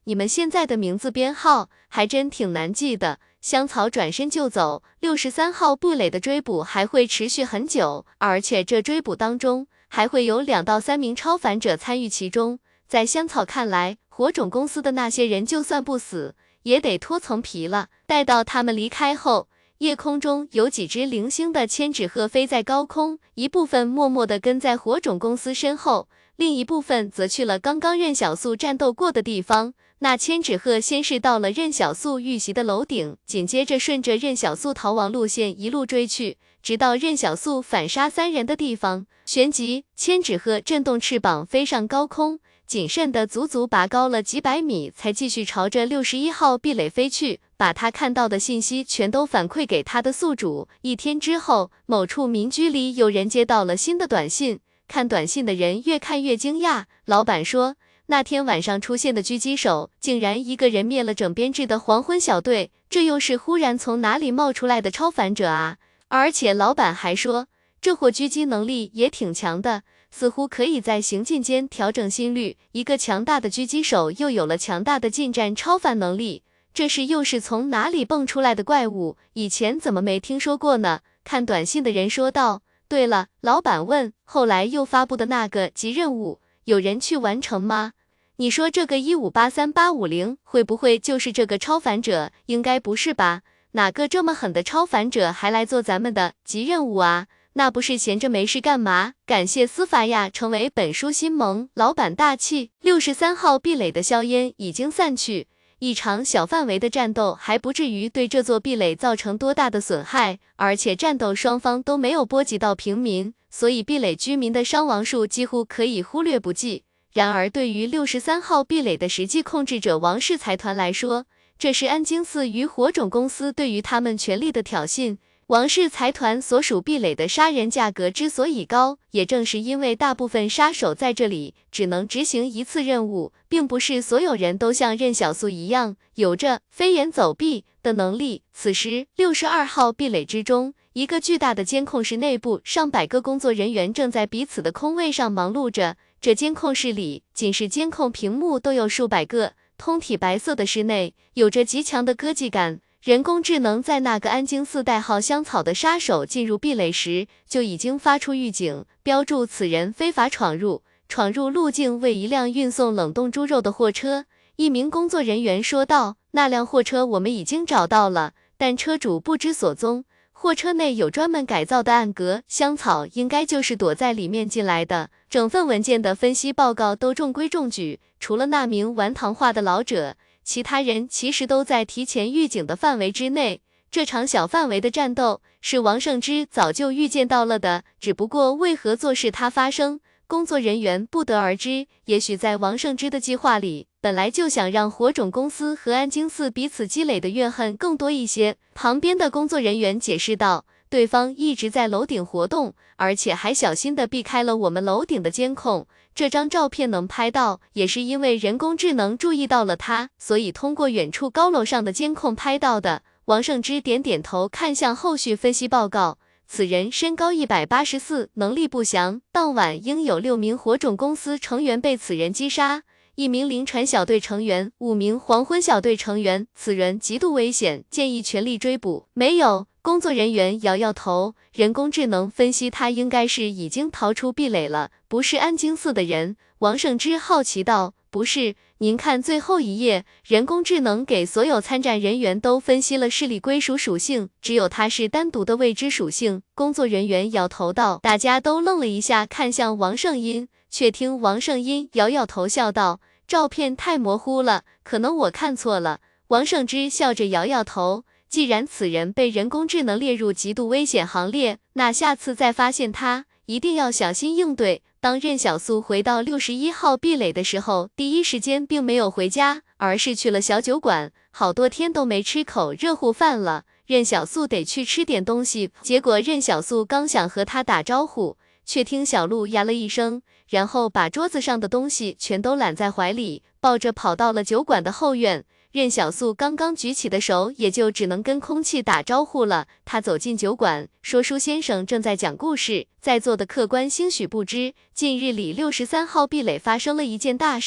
你们现在的名字编号还真挺难记的。香草转身就走，63号壁垒的追捕还会持续很久，而且这追捕当中还会有2到3名超凡者参与其中。在香草看来，火种公司的那些人就算不死，也得脱层皮了。待到他们离开后，夜空中有几只零星的千纸鹤飞在高空，一部分默默地跟在火种公司身后，另一部分则去了刚刚任小素战斗过的地方。那千纸鹤先是到了任小素遇袭的楼顶，紧接着顺着任小素逃亡路线一路追去，直到任小素反杀3人的地方，旋即千纸鹤震动翅膀飞上高空，谨慎地足足拔高了几百米，才继续朝着61号壁垒飞去，把他看到的信息全都反馈给他的宿主。1天之后，某处民居里有人接到了新的短信，看短信的人越看越惊讶，老板说，那天晚上出现的狙击手，竟然一个人灭了整编制的黄昏小队，这又是忽然从哪里冒出来的超凡者啊？而且老板还说，这货狙击能力也挺强的，似乎可以在行进间调整心率。一个强大的狙击手又有了强大的近战超凡能力，这是又是从哪里蹦出来的怪物？以前怎么没听说过呢？看短信的人说道。对了，老板问，后来又发布的那个急任务，有人去完成吗？你说这个1583850会不会就是这个超凡者？应该不是吧？哪个这么狠的超凡者还来做咱们的急任务啊？那不是闲着没事干嘛？感谢司法呀，成为本书新盟，老板大气。63号壁垒的硝烟已经散去，一场小范围的战斗还不至于对这座壁垒造成多大的损害，而且战斗双方都没有波及到平民，所以壁垒居民的伤亡数几乎可以忽略不计。然而对于63号壁垒的实际控制者王氏财团来说，这是安京寺与火种公司对于他们权力的挑衅。王氏财团所属壁垒的杀人价格之所以高，也正是因为大部分杀手在这里只能执行一次任务，并不是所有人都像任小素一样有着飞檐走壁的能力。此时62号壁垒之中，一个巨大的监控室内部，上百个工作人员正在彼此的空位上忙碌着。这监控室里，仅是监控屏幕都有数百个，通体白色的室内有着极强的科技感。人工智能在那个安京寺代号香草的杀手进入壁垒时，就已经发出预警，标注此人非法闯入路径为一辆运送冷冻猪肉的货车。一名工作人员说道，那辆货车我们已经找到了，但车主不知所踪。货车内有专门改造的暗格，香草应该就是躲在里面进来的。整份文件的分析报告都中规中矩，除了那名玩糖化的老者，其他人其实都在提前预警的范围之内。这场小范围的战斗是王胜之早就预见到了的，只不过为何做事它发生，工作人员不得而知。也许在王胜之的计划里，本来就想让火种公司和安京寺彼此积累的怨恨更多一些。旁边的工作人员解释道，对方一直在楼顶活动，而且还小心地避开了我们楼顶的监控。这张照片能拍到，也是因为人工智能注意到了他，所以通过远处高楼上的监控拍到的。王胜之点点头，看向后续分析报告。此人身高184，能力不详。当晚应有6名火种公司成员被此人击杀，1名灵传小队成员，5名黄昏小队成员。此人极度危险，建议全力追捕。没有，工作人员摇摇头，人工智能分析他应该是已经逃出壁垒了，不是安京寺的人。王胜之好奇道，不是，您看最后一页，人工智能给所有参战人员都分析了势力归属属性，只有他是单独的未知属性。工作人员摇头道，大家都愣了一下，看向王胜英，却听王胜英摇摇头笑道，照片太模糊了，可能我看错了。王胜之笑着摇摇头，既然此人被人工智能列入极度危险行列，那下次再发现他，一定要小心应对。当任小素回到61号壁垒的时候，第一时间并没有回家，而是去了小酒馆，好多天都没吃口热乎饭了。任小素得去吃点东西，结果任小素刚想和他打招呼，却听小鹿呀了一声，然后把桌子上的东西全都揽在怀里，抱着跑到了酒馆的后院。任小素刚刚举起的手，也就只能跟空气打招呼了。他走进酒馆，说书先生正在讲故事，在座的客官兴许不知，近日里63号壁垒发生了一件大事。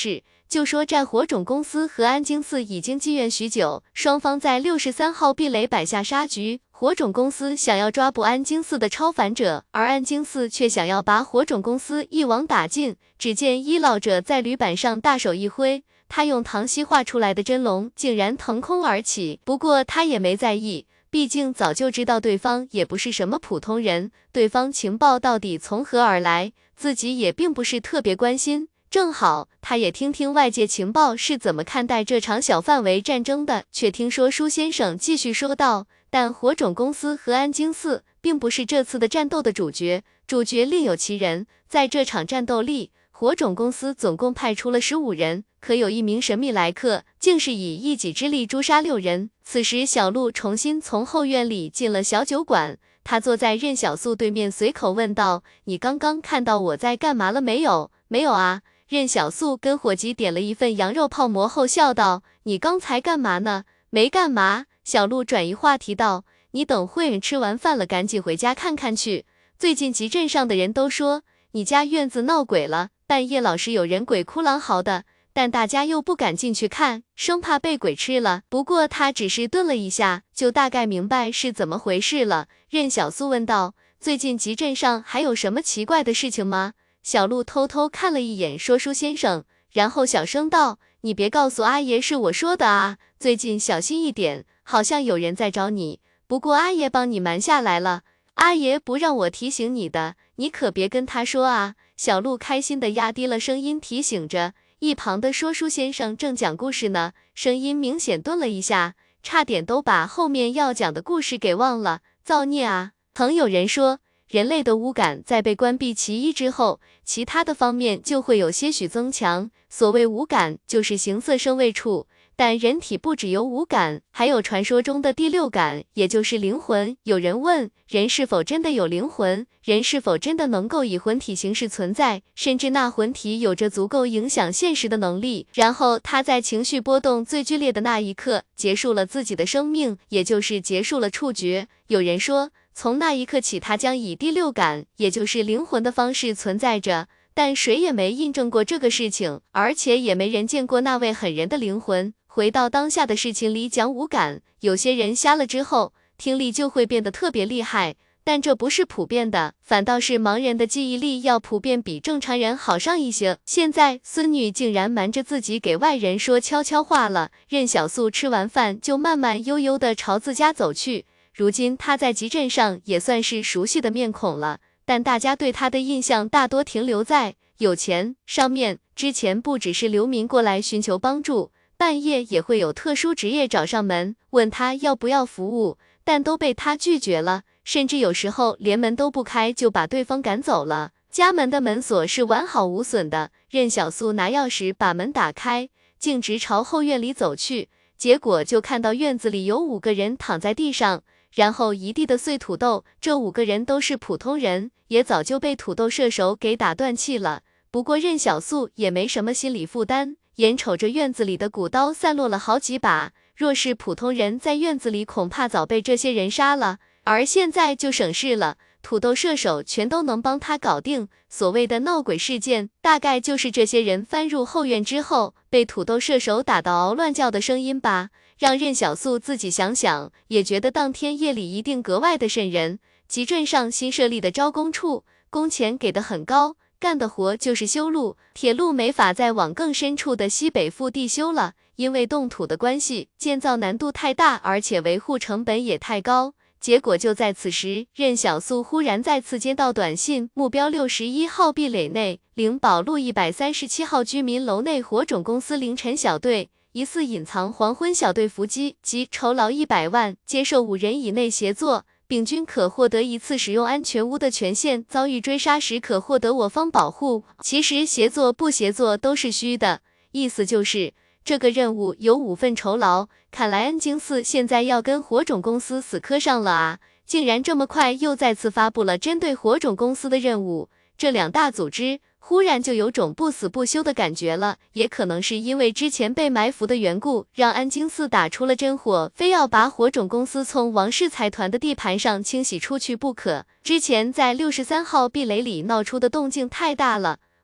就说战火种公司和安京寺已经积怨许久，双方在63号壁垒摆下杀局。火种公司想要抓捕安京寺的超凡者，而安京寺却想要把火种公司一网打尽。只见一老者在铝板上大手一挥，他用唐西画出来的真龙竟然腾空而起。不过他也没在意，毕竟早就知道对方也不是什么普通人，对方情报到底从何而来，自己也并不是特别关心。正好，他也听听外界情报是怎么看待这场小范围战争的。却听说舒先生继续说道，但火种公司和安京寺并不是这次的战斗的主角，主角另有其人。在这场战斗里，火种公司总共派出了15人，可有一名神秘来客，竟是以一己之力诛杀6人。此时小鹿重新从后院里进了小酒馆，他坐在任小素对面，随口问道，你刚刚看到我在干嘛了没有？没有啊。任小素跟伙计点了一份羊肉泡馍后笑道，你刚才干嘛呢？没干嘛。小鹿转移话题道，你等会吃完饭了赶紧回家看看去，最近集镇上的人都说你家院子闹鬼了，半夜老是有人鬼哭狼嚎的，但大家又不敢进去看，生怕被鬼吃了。不过他只是顿了一下，就大概明白是怎么回事了。任小素问道，最近集镇上还有什么奇怪的事情吗？小鹿偷偷看了一眼说书先生，然后小声道，你别告诉阿爷是我说的啊，最近小心一点，好像有人在找你，不过阿爷帮你瞒下来了，阿爷不让我提醒你的，你可别跟他说啊。小鹿开心的压低了声音提醒着，一旁的说书先生正讲故事呢，声音明显顿了一下，差点都把后面要讲的故事给忘了，造孽啊。曾有人说，人类的五感在被关闭其一之后，其他的方面就会有些许增强。所谓五感，就是形色声味触，但人体不只有五感，还有传说中的第6感，也就是灵魂。有人问，人是否真的有灵魂？人是否真的能够以魂体形式存在？甚至那魂体有着足够影响现实的能力，然后他在情绪波动最剧烈的那一刻，结束了自己的生命，也就是结束了触觉。有人说，从那一刻起，他将以第6感，也就是灵魂的方式存在着，但谁也没印证过这个事情，而且也没人见过那位狠人的灵魂。回到当下的事情里讲五感，有些人瞎了之后，听力就会变得特别厉害，但这不是普遍的，反倒是盲人的记忆力要普遍比正常人好上一些。现在孙女竟然瞒着自己给外人说悄悄话了。任小素吃完饭就慢慢悠悠地朝自家走去，如今他在集镇上也算是熟悉的面孔了，但大家对他的印象大多停留在有钱上面。之前不只是流民过来寻求帮助，半夜也会有特殊职业找上门，问他要不要服务，但都被他拒绝了，甚至有时候连门都不开就把对方赶走了。家门的门锁是完好无损的，任小素拿钥匙把门打开，径直朝后院里走去，结果就看到院子里有5个人躺在地上，然后一地的碎土豆。这5个人都是普通人，也早就被土豆射手给打断气了。不过任小素也没什么心理负担，眼瞅着院子里的古刀散落了好几把，若是普通人在院子里恐怕早被这些人杀了，而现在就省事了，土豆射手全都能帮他搞定。所谓的闹鬼事件，大概就是这些人翻入后院之后，被土豆射手打到嗷乱叫的声音吧。让任小素自己想想，也觉得当天夜里一定格外的瘆人。集镇上新设立的招工处，工钱给的很高，干的活就是修路，铁路没法再往更深处的西北腹地修了，因为动土的关系，建造难度太大，而且维护成本也太高。结果就在此时，任小素忽然再次接到短信，目标61号壁垒内，灵宝路137号居民楼内火种公司凌晨小队，疑似隐藏黄昏小队伏击及酬劳100万，接受5人以内协作，丙军可获得一次使用安全屋的权限，遭遇追杀时可获得我方保护。其实协作不协作都是虚的，意思就是这个任务有5份酬劳，看来安京寺现在要跟火种公司死磕上了啊！竟然这么快又再次发布了针对火种公司的任务，这2大组织忽然就有种不死不休的感觉了，也可能是因为之前被埋伏的缘故，让安京寺打出了真火，非要把火种公司从王氏财团的地盘上清洗出去不可。之前在63号壁垒里闹出的动静太大了，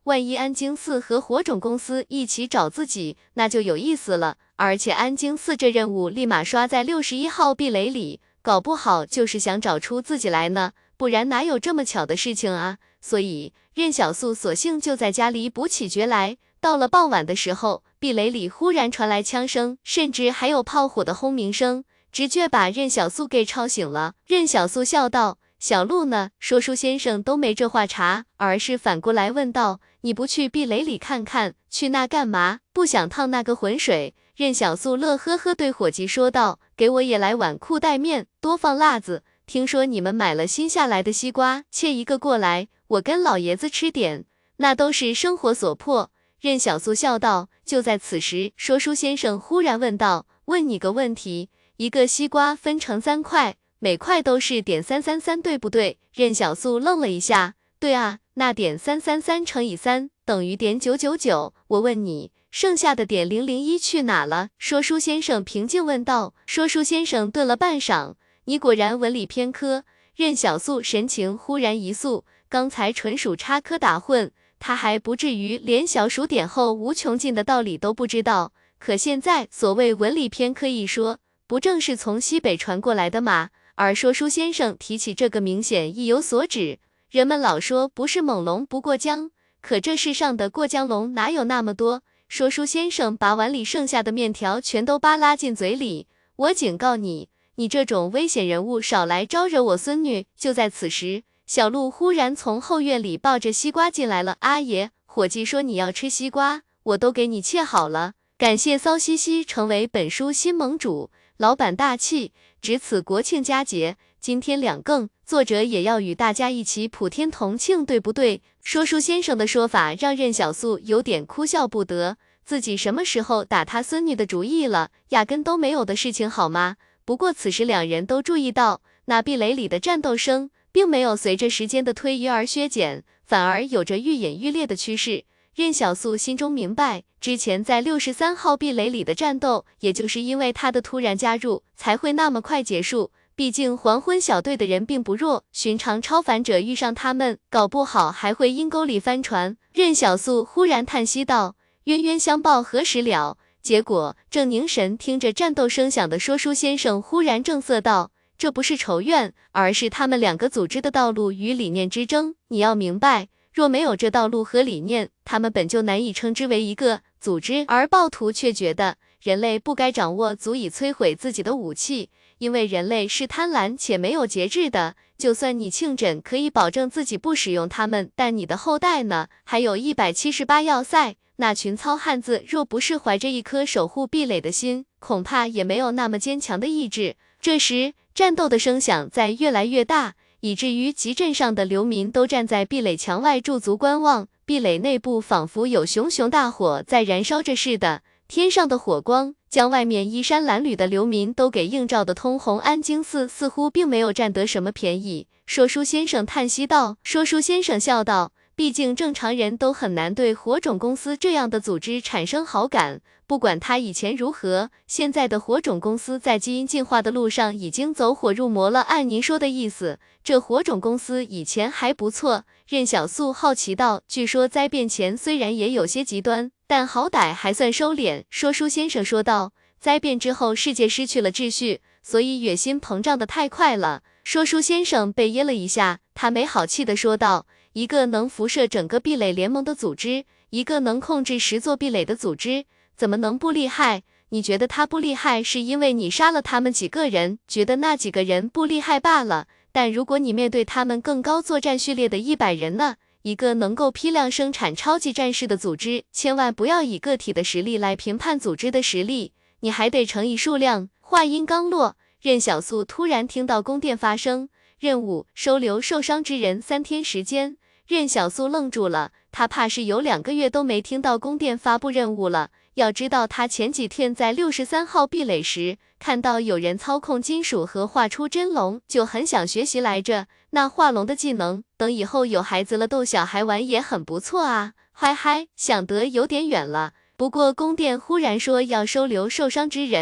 万一安京寺和火种公司一起找自己，那就有意思了。而且安京寺这任务立马刷在61号壁垒里，搞不好就是想找出自己来呢，不然哪有这么巧的事情啊？所以任小素索性就在家里补起觉来。到了傍晚的时候，壁垒里忽然传来枪声，甚至还有炮火的轰鸣声，直觉把任小素给吵醒了。任小素笑道：“小鹿呢？”说书先生都没这话茬，而是反过来问道：“你不去壁垒里看看，去那干嘛？不想烫那个浑水？”任小素乐呵呵对伙计说道：“给我也来碗裤带面，多放辣子。听说你们买了新下来的西瓜，切一个过来，我跟老爷子吃点。”那都是生活所迫。任小素笑道。就在此时，说书先生忽然问道：“问你个问题，一个西瓜分成3块，每块都是点333，对不对？”任小素愣了一下，对啊，那点333乘以3等于点999。我问你，剩下的点001去哪了？说书先生平静问道。说书先生顿了半晌，你果然文理偏科。任小素神情忽然一肃，刚才纯属插科打诨。他还不至于连小数点后无穷尽的道理都不知道，可现在所谓文理偏科一说，不正是从西北传过来的吗？而说书先生提起这个，明显意有所指。人们老说不是猛龙不过江，可这世上的过江龙哪有那么多？说书先生把碗里剩下的面条全都扒拉进嘴里。我警告你，你这种危险人物少来招惹我孙女。就在此时，小鹿忽然从后院里抱着西瓜进来了。阿爷，伙计说你要吃西瓜，我都给你切好了。感谢骚西西成为本书新盟主，老板大气。值此国庆佳节，今天2更，作者也要与大家一起普天同庆，对不对？说书先生的说法让任小素有点哭笑不得，自己什么时候打他孙女的主意了？压根都没有的事情好吗？不过此时2人都注意到，那壁垒里的战斗声并没有随着时间的推移而削减，反而有着愈演愈烈的趋势。任小素心中明白，之前在63号壁垒里的战斗，也就是因为他的突然加入，才会那么快结束。毕竟黄昏小队的人并不弱，寻常超凡者遇上他们，搞不好还会阴沟里翻船。任小素忽然叹息道：“冤冤相报何时了？”结果正凝神听着战斗声响的说书先生忽然正色道：“这不是仇怨，而是他们2个组织的道路与理念之争。你要明白，若没有这道路和理念，他们本就难以称之为一个组织。而暴徒却觉得人类不该掌握足以摧毁自己的武器，因为人类是贪婪且没有节制的。就算你庆枕可以保证自己不使用它们，但你的后代呢？还有178要塞，那群糙汉子若不是怀着一颗守护壁垒的心，恐怕也没有那么坚强的意志。”这时，战斗的声响在越来越大，以至于集镇上的流民都站在壁垒墙外驻足观望。壁垒内部仿佛有熊熊大火在燃烧着似的，天上的火光将外面衣衫褴褛的流民都给映照得通红。安京寺似乎并没有占得什么便宜。说书先生叹息道。说书先生笑道：“毕竟正常人都很难对火种公司这样的组织产生好感，不管他以前如何，现在的火种公司在基因进化的路上已经走火入魔了。按您说的意思，这火种公司以前还不错。”任小素好奇道：“据说灾变前虽然也有些极端，但好歹还算收敛。”说书先生说道：“灾变之后世界失去了秩序，所以野心膨胀得太快了。”说书先生被噎了一下，他没好气地说道：“一个能辐射整个壁垒联盟的组织，一个能控制10座壁垒的组织，怎么能不厉害？你觉得他不厉害，是因为你杀了他们几个人，觉得那几个人不厉害罢了。但如果你面对他们更高作战序列的100人呢？一个能够批量生产超级战士的组织，千万不要以个体的实力来评判组织的实力，你还得乘以数量。”话音刚落，任小素突然听到宫殿发声，任务收留受伤之人3天时间。任小素愣住了，她怕是有2个月都没听到宫殿发布任务了。要知道她前几天在63号壁垒时，看到有人操控金属和画出真龙，就很想学习来着。那画龙的技能，等以后有孩子了逗小孩玩也很不错啊。嗨嗨，想得有点远了。不过宫殿忽然说要收留受伤之人，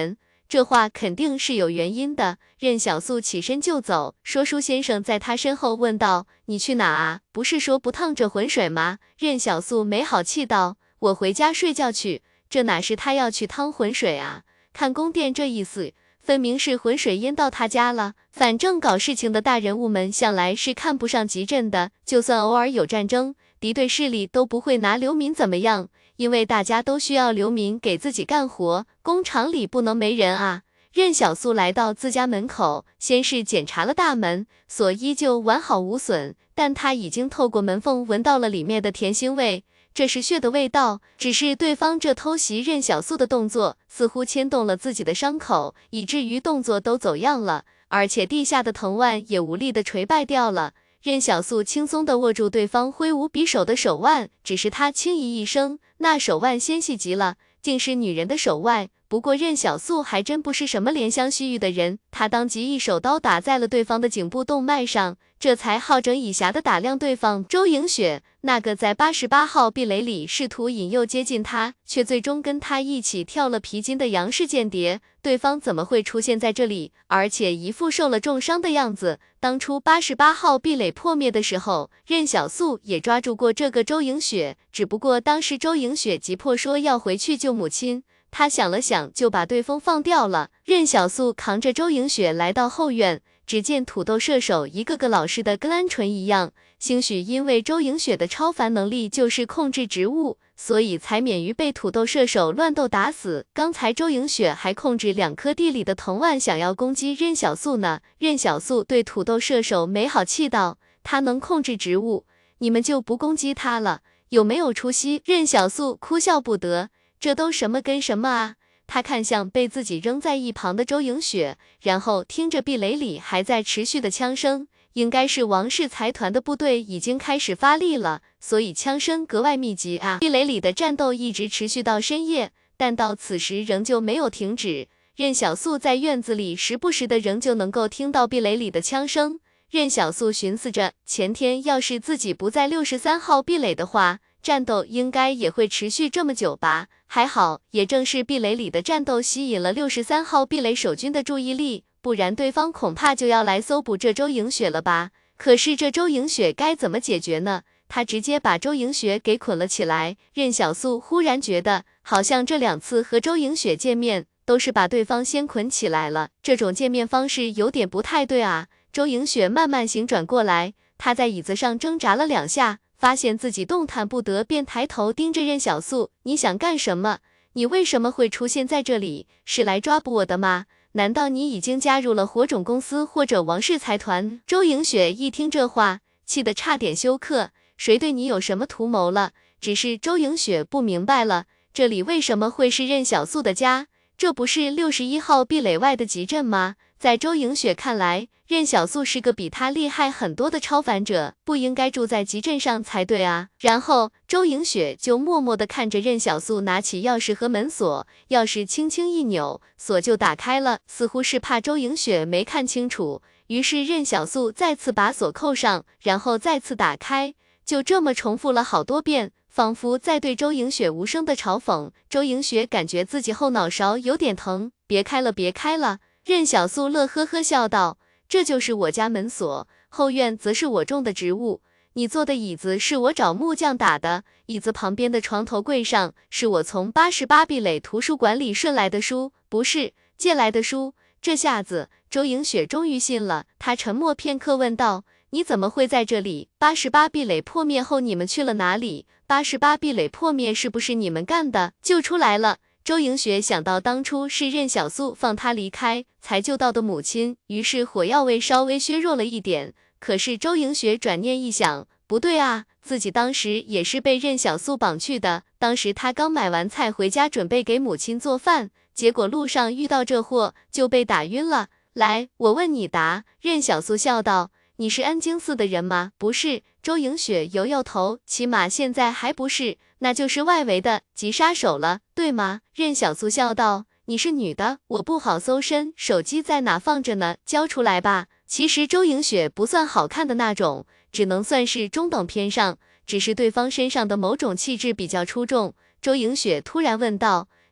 这话肯定是有原因的。任小素起身就走，说书先生在他身后问道：“你去哪啊？不是说不趟这浑水吗？”任小素没好气道：“我回家睡觉去。”这哪是他要去趟浑水啊？看宫殿这意思，分明是浑水淹到他家了。反正搞事情的大人物们向来是看不上集镇的，就算偶尔有战争，敌对势力都不会拿流民怎么样，因为大家都需要流民给自己干活，工厂里不能没人啊。任小素来到自家门口，先是检查了大门，锁依旧完好无损，但他已经透过门缝闻到了里面的甜腥味。这是血的味道，只是对方这偷袭任小素的动作似乎牵动了自己的伤口，以至于动作都走样了，而且地下的藤蔓也无力的垂败掉了。任小素轻松地握住对方挥舞匕首的手腕，只是他轻咦一声，那手腕纤细极了，竟是女人的手腕。不过任小素还真不是什么怜香惜玉的人，她当即一手刀打在了对方的颈部动脉上，这才好整以暇地打量对方。周莹雪，那个在88号壁垒里试图引诱接近他，却最终跟他一起跳了皮筋的杨氏间谍，对方怎么会出现在这里，而且一副受了重伤的样子。当初88号壁垒破灭的时候，任小素也抓住过这个周莹雪，只不过当时周莹雪急迫说要回去救母亲，他想了想，就把对方放掉了。任小素扛着周莹雪来到后院，只见土豆射手一个个老实的跟鹌鹑一样，兴许因为周莹雪的超凡能力就是控制植物，所以才免于被土豆射手乱斗打死。刚才周莹雪还控制2颗地里的藤蔓想要攻击任小素呢。任小素对土豆射手没好气道：“他能控制植物，你们就不攻击他了？有没有出息？”任小素哭笑不得。这都什么跟什么啊？他看向被自己扔在一旁的周莹雪，然后听着壁垒里还在持续的枪声，应该是王氏财团的部队已经开始发力了，所以枪声格外密集啊。壁垒里的战斗一直持续到深夜，但到此时仍旧没有停止。任小素在院子里时不时的仍旧能够听到壁垒里的枪声。任小素寻思着，前天要是自己不在63号壁垒的话，战斗应该也会持续这么久吧。还好，也正是壁垒里的战斗吸引了63号壁垒守军的注意力，不然对方恐怕就要来搜捕这周莹雪了吧。可是这周莹雪该怎么解决呢？他直接把周莹雪给捆了起来。任小素忽然觉得，好像这2次和周莹雪见面，都是把对方先捆起来了，这种见面方式有点不太对啊。周莹雪慢慢醒转过来，她在椅子上挣扎了2下，发现自己动弹不得，便抬头盯着任小素：“你想干什么？你为什么会出现在这里？是来抓捕我的吗？难道你已经加入了火种公司或者王氏财团？”周莹雪一听这话，气得差点休克。谁对你有什么图谋了？只是周莹雪不明白了，这里为什么会是任小素的家？这不是61号壁垒外的集镇吗？在周莹雪看来，任小素是个比她厉害很多的超凡者，不应该住在集镇上才对啊。然后周莹雪就默默地看着任小素拿起钥匙和门锁，钥匙轻轻一扭，锁就打开了，似乎是怕周莹雪没看清楚。于是任小素再次把锁扣上，然后再次打开，就这么重复了好多遍，仿佛在对周莹雪无声的嘲讽。周莹雪感觉自己后脑勺有点疼，别开了，别开了。任小素乐呵呵笑道：“这就是我家门锁，后院则是我种的植物。你坐的椅子是我找木匠打的，椅子旁边的床头柜上是我从88壁垒图书馆里顺来的书，不是借来的书。”这下子周莹雪终于信了，她沉默片刻问道：“你怎么会在这里？88壁垒破灭后你们去了哪里？88壁垒破灭是不是你们干的？救出来了。”周莹雪想到当初是任小素放她离开才救到的母亲，于是火药味稍微削弱了一点。可是周莹雪转念一想，不对啊，自己当时也是被任小素绑去的。当时她刚买完菜回家，准备给母亲做饭，结果路上遇到这祸，就被打晕了。来，我问你答。任小素笑道：“你是安京寺的人吗？”不是。周莹雪摇摇头，起码现在还不是，那就是外围的急杀手了，对吗？任小素笑道：“你是女的，我不好搜身，手机在哪放着呢？交出来吧。”其实周莹雪不算好看的那种，只能算是中等偏上，只是对方身上的某种气质比较出众。周莹雪突然问道：“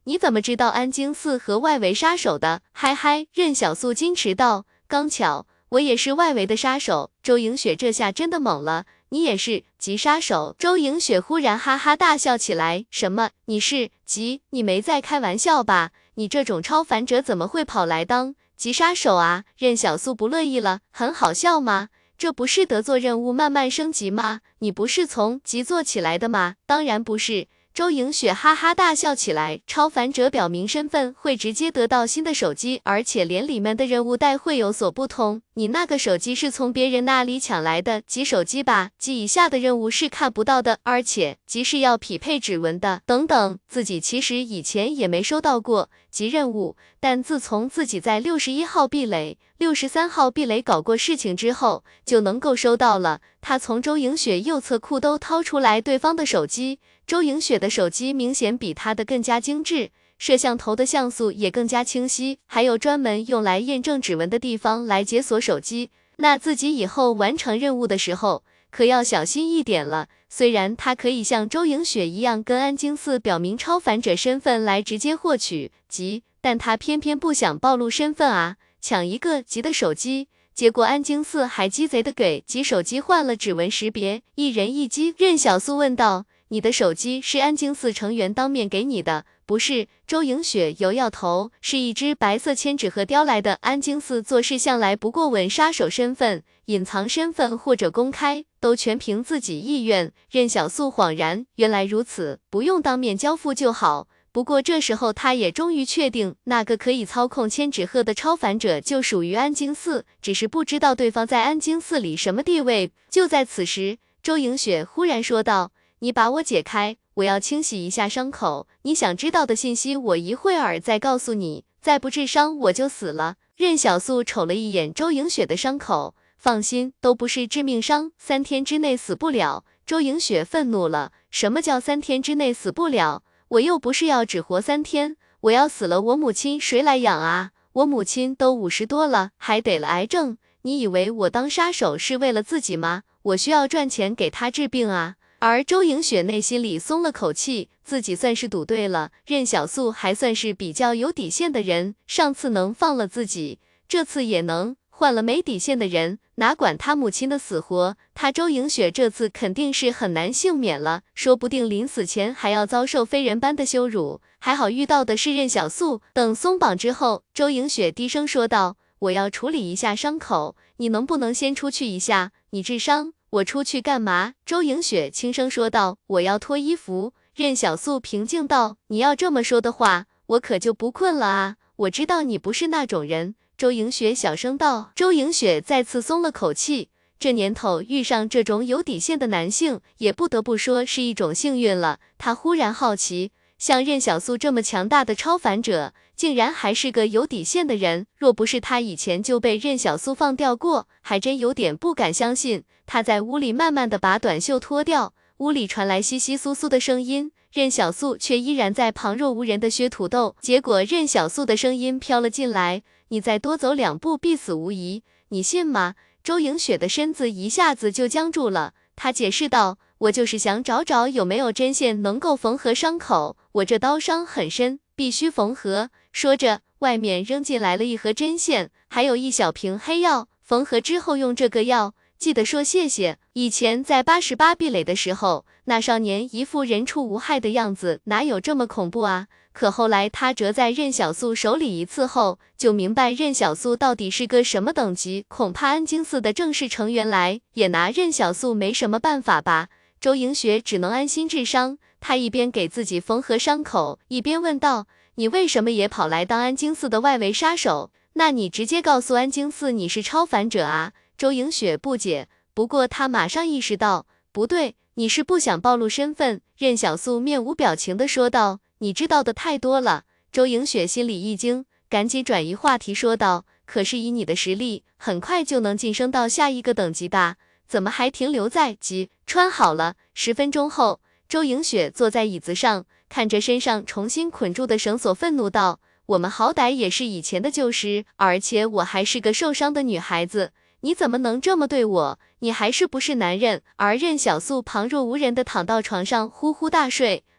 你怎么知道安京寺和外围杀手的？嗨嗨，任小素矜持道，刚巧我也是外围的杀手。周莹雪这下真的懵了，你也是极杀手？周莹雪忽然哈哈大笑起来，什么？你是极？你没在开玩笑吧？你这种超凡者怎么会跑来当极杀手啊？任小素不乐意了，很好笑吗？这不是得做任务慢慢升级吗？你不是从极做起来的吗？当然不是。周莹雪哈哈大笑起来，超凡者表明身份会直接得到新的手机，而且连里面的任务带会有所不同。你那个手机是从别人那里抢来的极手机吧？极以下的任务是看不到的，而且极是要匹配指纹的。等等，自己其实以前也没收到过极任务，但自从自己在61号壁垒、63号壁垒搞过事情之后，就能够收到了。他从周莹雪右侧裤兜掏出来对方的手机，周莹雪的手机明显比他的更加精致，摄像头的像素也更加清晰，还有专门用来验证指纹的地方来解锁手机。那自己以后完成任务的时候，可要小心一点了。虽然他可以像周莹雪一样跟安京寺表明超凡者身份来直接获取极，但他偏偏不想暴露身份啊，抢一个极的手机。结果安京寺还鸡贼的给极手机换了指纹识别，一人一机。任小素问道，你的手机是安京寺成员当面给你的？不是。周莹雪摇摇头，是一只白色千纸鹤叼来的。安京寺做事向来不过问杀手身份，隐藏身份或者公开，都全凭自己意愿。任小素恍然，原来如此，不用当面交付就好。不过这时候他也终于确定，那个可以操控千纸鹤的超凡者就属于安京寺，只是不知道对方在安京寺里什么地位。就在此时，周莹雪忽然说道，你把我解开，我要清洗一下伤口，你想知道的信息我一会儿再告诉你，再不治伤我就死了。任小素瞅了一眼周莹雪的伤口，放心，都不是致命伤，3天之内死不了。周莹雪愤怒了，什么叫3天之内死不了？我又不是要只活3天，我要死了我母亲谁来养啊？我母亲都50多了，还得了癌症，你以为我当杀手是为了自己吗？我需要赚钱给她治病啊。而周莹雪内心里松了口气，自己算是赌对了，任小素还算是比较有底线的人，上次能放了自己，这次也能。换了没底线的人，哪管他母亲的死活，他周莹雪这次肯定是很难幸免了，说不定临死前还要遭受非人般的羞辱。还好遇到的是任小素。等松绑之后，周莹雪低声说道，我要处理一下伤口，你能不能先出去一下？你治伤，我出去干嘛？周莹雪轻声说道，我要脱衣服。任小素平静道，你要这么说的话，我可就不困了啊，我知道你不是那种人。周莹雪小声道。周莹雪再次松了口气，这年头遇上这种有底线的男性，也不得不说是一种幸运了。她忽然好奇，像任小素这么强大的超凡者，竟然还是个有底线的人，若不是她以前就被任小素放掉过，还真有点不敢相信。她在屋里慢慢的把短袖脱掉，屋里传来窸窸窣窣的声音，任小素却依然在旁若无人的削土豆。结果任小素的声音飘了进来，你再多走2步必死无疑，你信吗？周莹雪的身子一下子就僵住了，她解释道，我就是想找找有没有针线能够缝合伤口，我这刀伤很深，必须缝合。说着，外面扔进来了一盒针线，还有一小瓶黑药，缝合之后用这个药，记得说谢谢。以前在88壁垒的时候，那少年一副人畜无害的样子，哪有这么恐怖啊？可后来他折在任小素手里一次后，就明白任小素到底是个什么等级，恐怕安京寺的正式成员来，也拿任小素没什么办法吧。周莹雪只能安心治伤，她一边给自己缝合伤口，一边问道，你为什么也跑来当安京寺的外围杀手？那你直接告诉安京寺你是超凡者啊？周莹雪不解，不过她马上意识到，不对，你是不想暴露身份。任小素面无表情地说道，你知道的太多了。周莹雪心里一惊，赶紧转移话题说道，可是以你的实力，很快就能晋升到下一个等级吧，怎么还停留在极？穿好了。10分钟后，周莹雪坐在椅子上，看着身上重新捆住的绳索，愤怒道，我们好歹也是以前的旧识，而且我还是个受伤的女孩子，你怎么能这么对我？你还是不是男人？而任小素旁若无人的躺到床上呼呼大睡。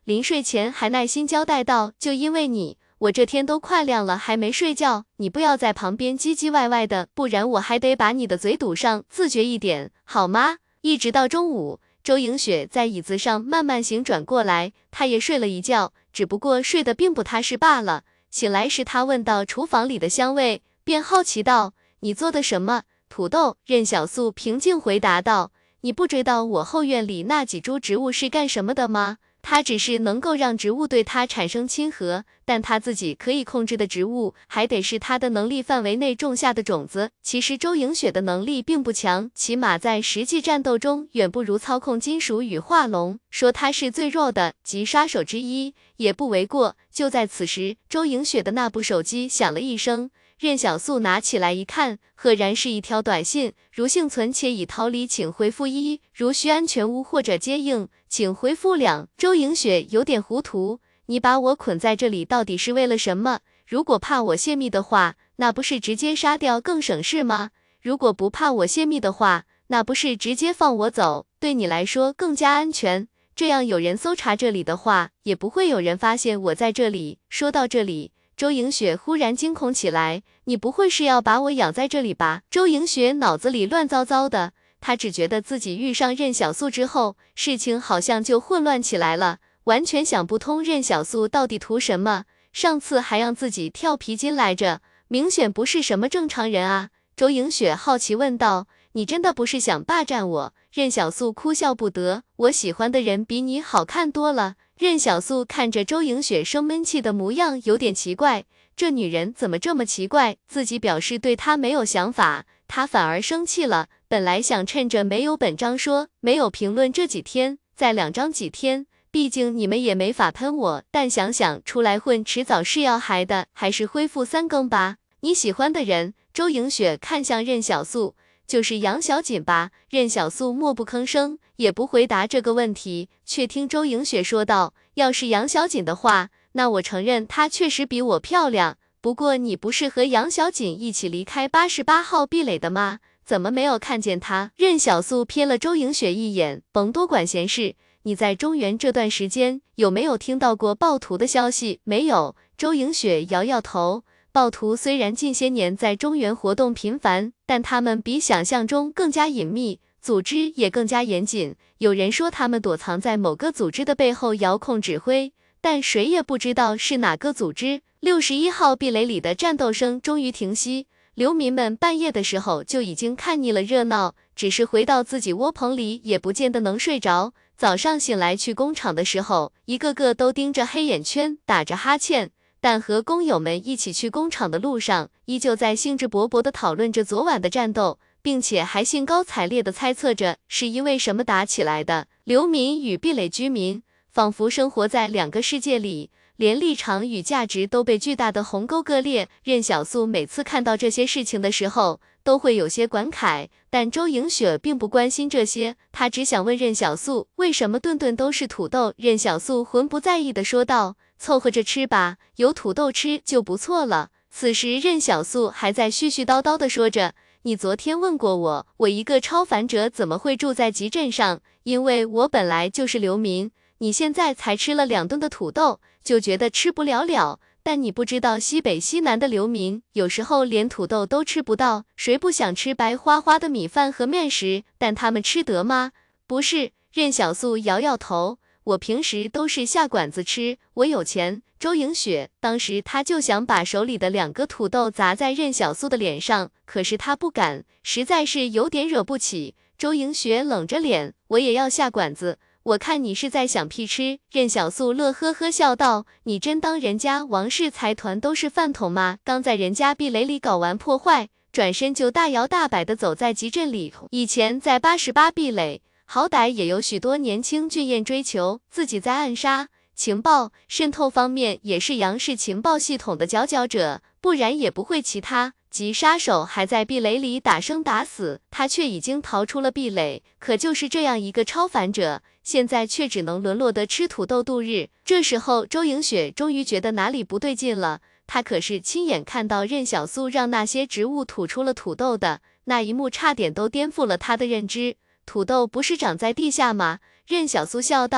临睡前还耐心交代道，就因为你，我这天都快亮了还没睡觉，你不要在旁边唧唧歪歪的，不然我还得把你的嘴堵上，自觉一点，好吗？一直到中午，周莹雪在椅子上慢慢醒转过来，她也睡了一觉，只不过睡得并不踏实罢了。醒来时，她闻到厨房里的香味，便好奇道，你做的什么？土豆。任小素平静回答道，你不知道我后院里那几株植物是干什么的吗？它只是能够让植物对它产生亲和，但它自己可以控制的植物，还得是它的能力范围内种下的种子。其实周莹雪的能力并不强，起码在实际战斗中，远不如操控金属与化龙。说它是最弱的及杀手之一，也不为过。就在此时，周莹雪的那部手机响了一声。任小素拿起来一看，赫然是一条短信，如幸存且已逃离请回复1，如需安全屋或者接应请回复2。周莹雪有点糊涂，你把我捆在这里到底是为了什么？如果怕我泄密的话，那不是直接杀掉更省事吗？如果不怕我泄密的话，那不是直接放我走，对你来说更加安全，这样有人搜查这里的话，也不会有人发现我在这里。说到这里，周莹雪忽然惊恐起来，你不会是要把我养在这里吧？周莹雪脑子里乱糟糟的，她只觉得自己遇上任小素之后，事情好像就混乱起来了，完全想不通任小素到底图什么，上次还让自己跳皮筋来着，明显不是什么正常人啊。周莹雪好奇问道，你真的不是想霸占我？任小素哭笑不得，我喜欢的人比你好看多了。任小素看着周莹雪生闷气的模样，有点奇怪，这女人怎么这么奇怪？自己表示对她没有想法，她反而生气了。本来想趁着没有本章说，没有评论这几天，再两章几天，毕竟你们也没法喷我，但想想出来混迟早是要嗨的，还是恢复3更吧。你喜欢的人，周莹雪看向任小素，就是杨小锦吧？任小素默不吭声，也不回答这个问题，却听周莹雪说道，要是杨小锦的话，那我承认她确实比我漂亮，不过你不是和杨小锦一起离开88号壁垒的吗？怎么没有看见她？任小素瞥了周莹雪一眼，甭多管闲事，你在中原这段时间有没有听到过暴徒的消息？没有。周莹雪摇摇头，暴徒虽然近些年在中原活动频繁，但他们比想象中更加隐秘，组织也更加严谨。有人说他们躲藏在某个组织的背后遥控指挥，但谁也不知道是哪个组织。61号壁垒里的战斗声终于停息，流民们半夜的时候就已经看腻了热闹，只是回到自己窝棚里也不见得能睡着。早上醒来去工厂的时候，一个个都盯着黑眼圈，打着哈欠。但和工友们一起去工厂的路上，依旧在兴致勃勃地讨论着昨晚的战斗，并且还兴高采烈地猜测着是因为什么打起来的。流民与壁垒居民仿佛生活在2个世界里，连立场与价值都被巨大的鸿沟割裂。任小素每次看到这些事情的时候，都会有些感慨，但周莹雪并不关心这些，她只想问任小素，为什么顿顿都是土豆？任小素浑不在意地说道，凑合着吃吧，有土豆吃就不错了。此时任小素还在絮絮叨叨地说着，你昨天问过我，我一个超凡者怎么会住在集镇上？因为我本来就是流民，你现在才吃了2顿的土豆，就觉得吃不了了。但你不知道西北西南的流民，有时候连土豆都吃不到，谁不想吃白花花的米饭和面食？但他们吃得吗？不是。任小素摇摇头，我平时都是下馆子吃，我有钱。周莹雪当时她就想把手里的2个土豆砸在任小素的脸上，可是她不敢，实在是有点惹不起。周莹雪冷着脸，我也要下馆子，我看你是在想屁吃。任小素乐呵呵笑道，你真当人家王氏财团都是饭桶吗？刚在人家壁垒里搞完破坏，转身就大摇大摆地走在集镇里。以前在88壁垒，好歹也有许多年轻俊彦追求，自己在暗杀情报渗透方面也是杨氏情报系统的佼佼者，不然也不会其他及杀手还在壁垒里打生打死，他却已经逃出了壁垒。可就是这样一个超凡者，现在却只能沦落的吃土豆度日。这时候周莹雪终于觉得哪里不对劲了，她可是亲眼看到任小素让那些植物吐出了土豆的，那一幕差点都颠覆了她的认知。土豆不是长在地下吗？任小素笑道，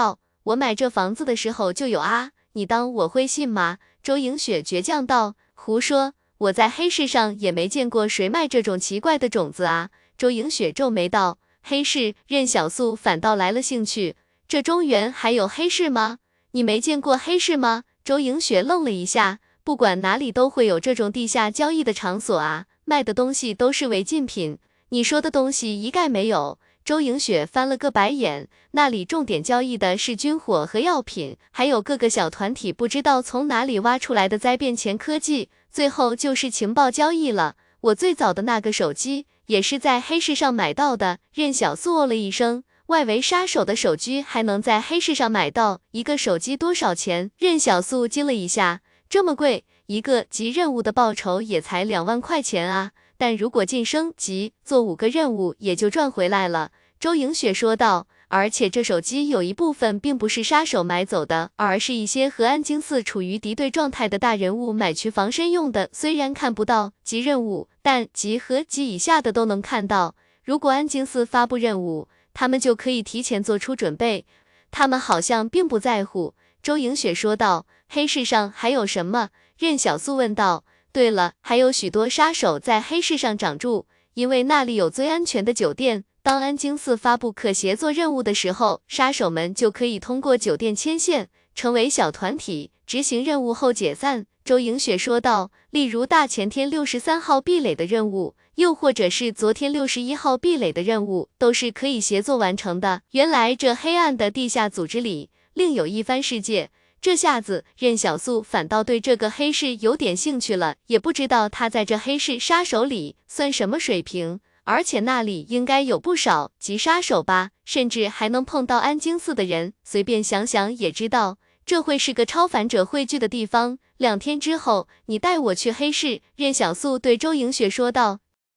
我买这房子的时候就有啊，你当我会信吗？周莹雪倔强道。胡说，我在黑市上也没见过谁卖这种奇怪的种子啊。周莹雪皱眉道。黑市，任小素反倒来了兴趣，这中原还有黑市吗？你没见过黑市吗？周莹雪愣了一下，不管哪里都会有这种地下交易的场所啊，卖的东西都是违禁品，你说的东西一概没有。周莹雪翻了个白眼，那里重点交易的是军火和药品，还有各个小团体不知道从哪里挖出来的灾变前科技，最后就是情报交易了。我最早的那个手机也是在黑市上买到的。任小素哦了一声，外围杀手的手机还能在黑市上买到，一个手机多少钱？任小素惊了一下，这么贵，一个级任务的报酬也才2万块钱啊。但如果晋升级，做5个任务也就赚回来了。周莹雪说道，而且这手机有一部分并不是杀手买走的，而是一些和安京寺处于敌对状态的大人物买去防身用的，虽然看不到级任务，但级和级以下的都能看到。如果安京寺发布任务，他们就可以提前做出准备。他们好像并不在乎。周莹雪说道。黑市上还有什么？任小素问道。对了，还有许多杀手在黑市上常驻，因为那里有最安全的酒店。当安京寺发布可协作任务的时候，杀手们就可以通过酒店牵线，成为小团体，执行任务后解散。周莹雪说道。例如大前天63号壁垒的任务，又或者是昨天61号壁垒的任务，都是可以协作完成的。原来这黑暗的地下组织里，另有一番世界。这下子，任小素反倒对这个黑市有点兴趣了，也不知道他在这黑市杀手里算什么水平，而且那里应该有不少级杀手吧，甚至还能碰到安京寺的人，随便想想也知道，这会是个超凡者汇聚的地方。2天之后，你带我去黑市。任小素对周莹雪说道。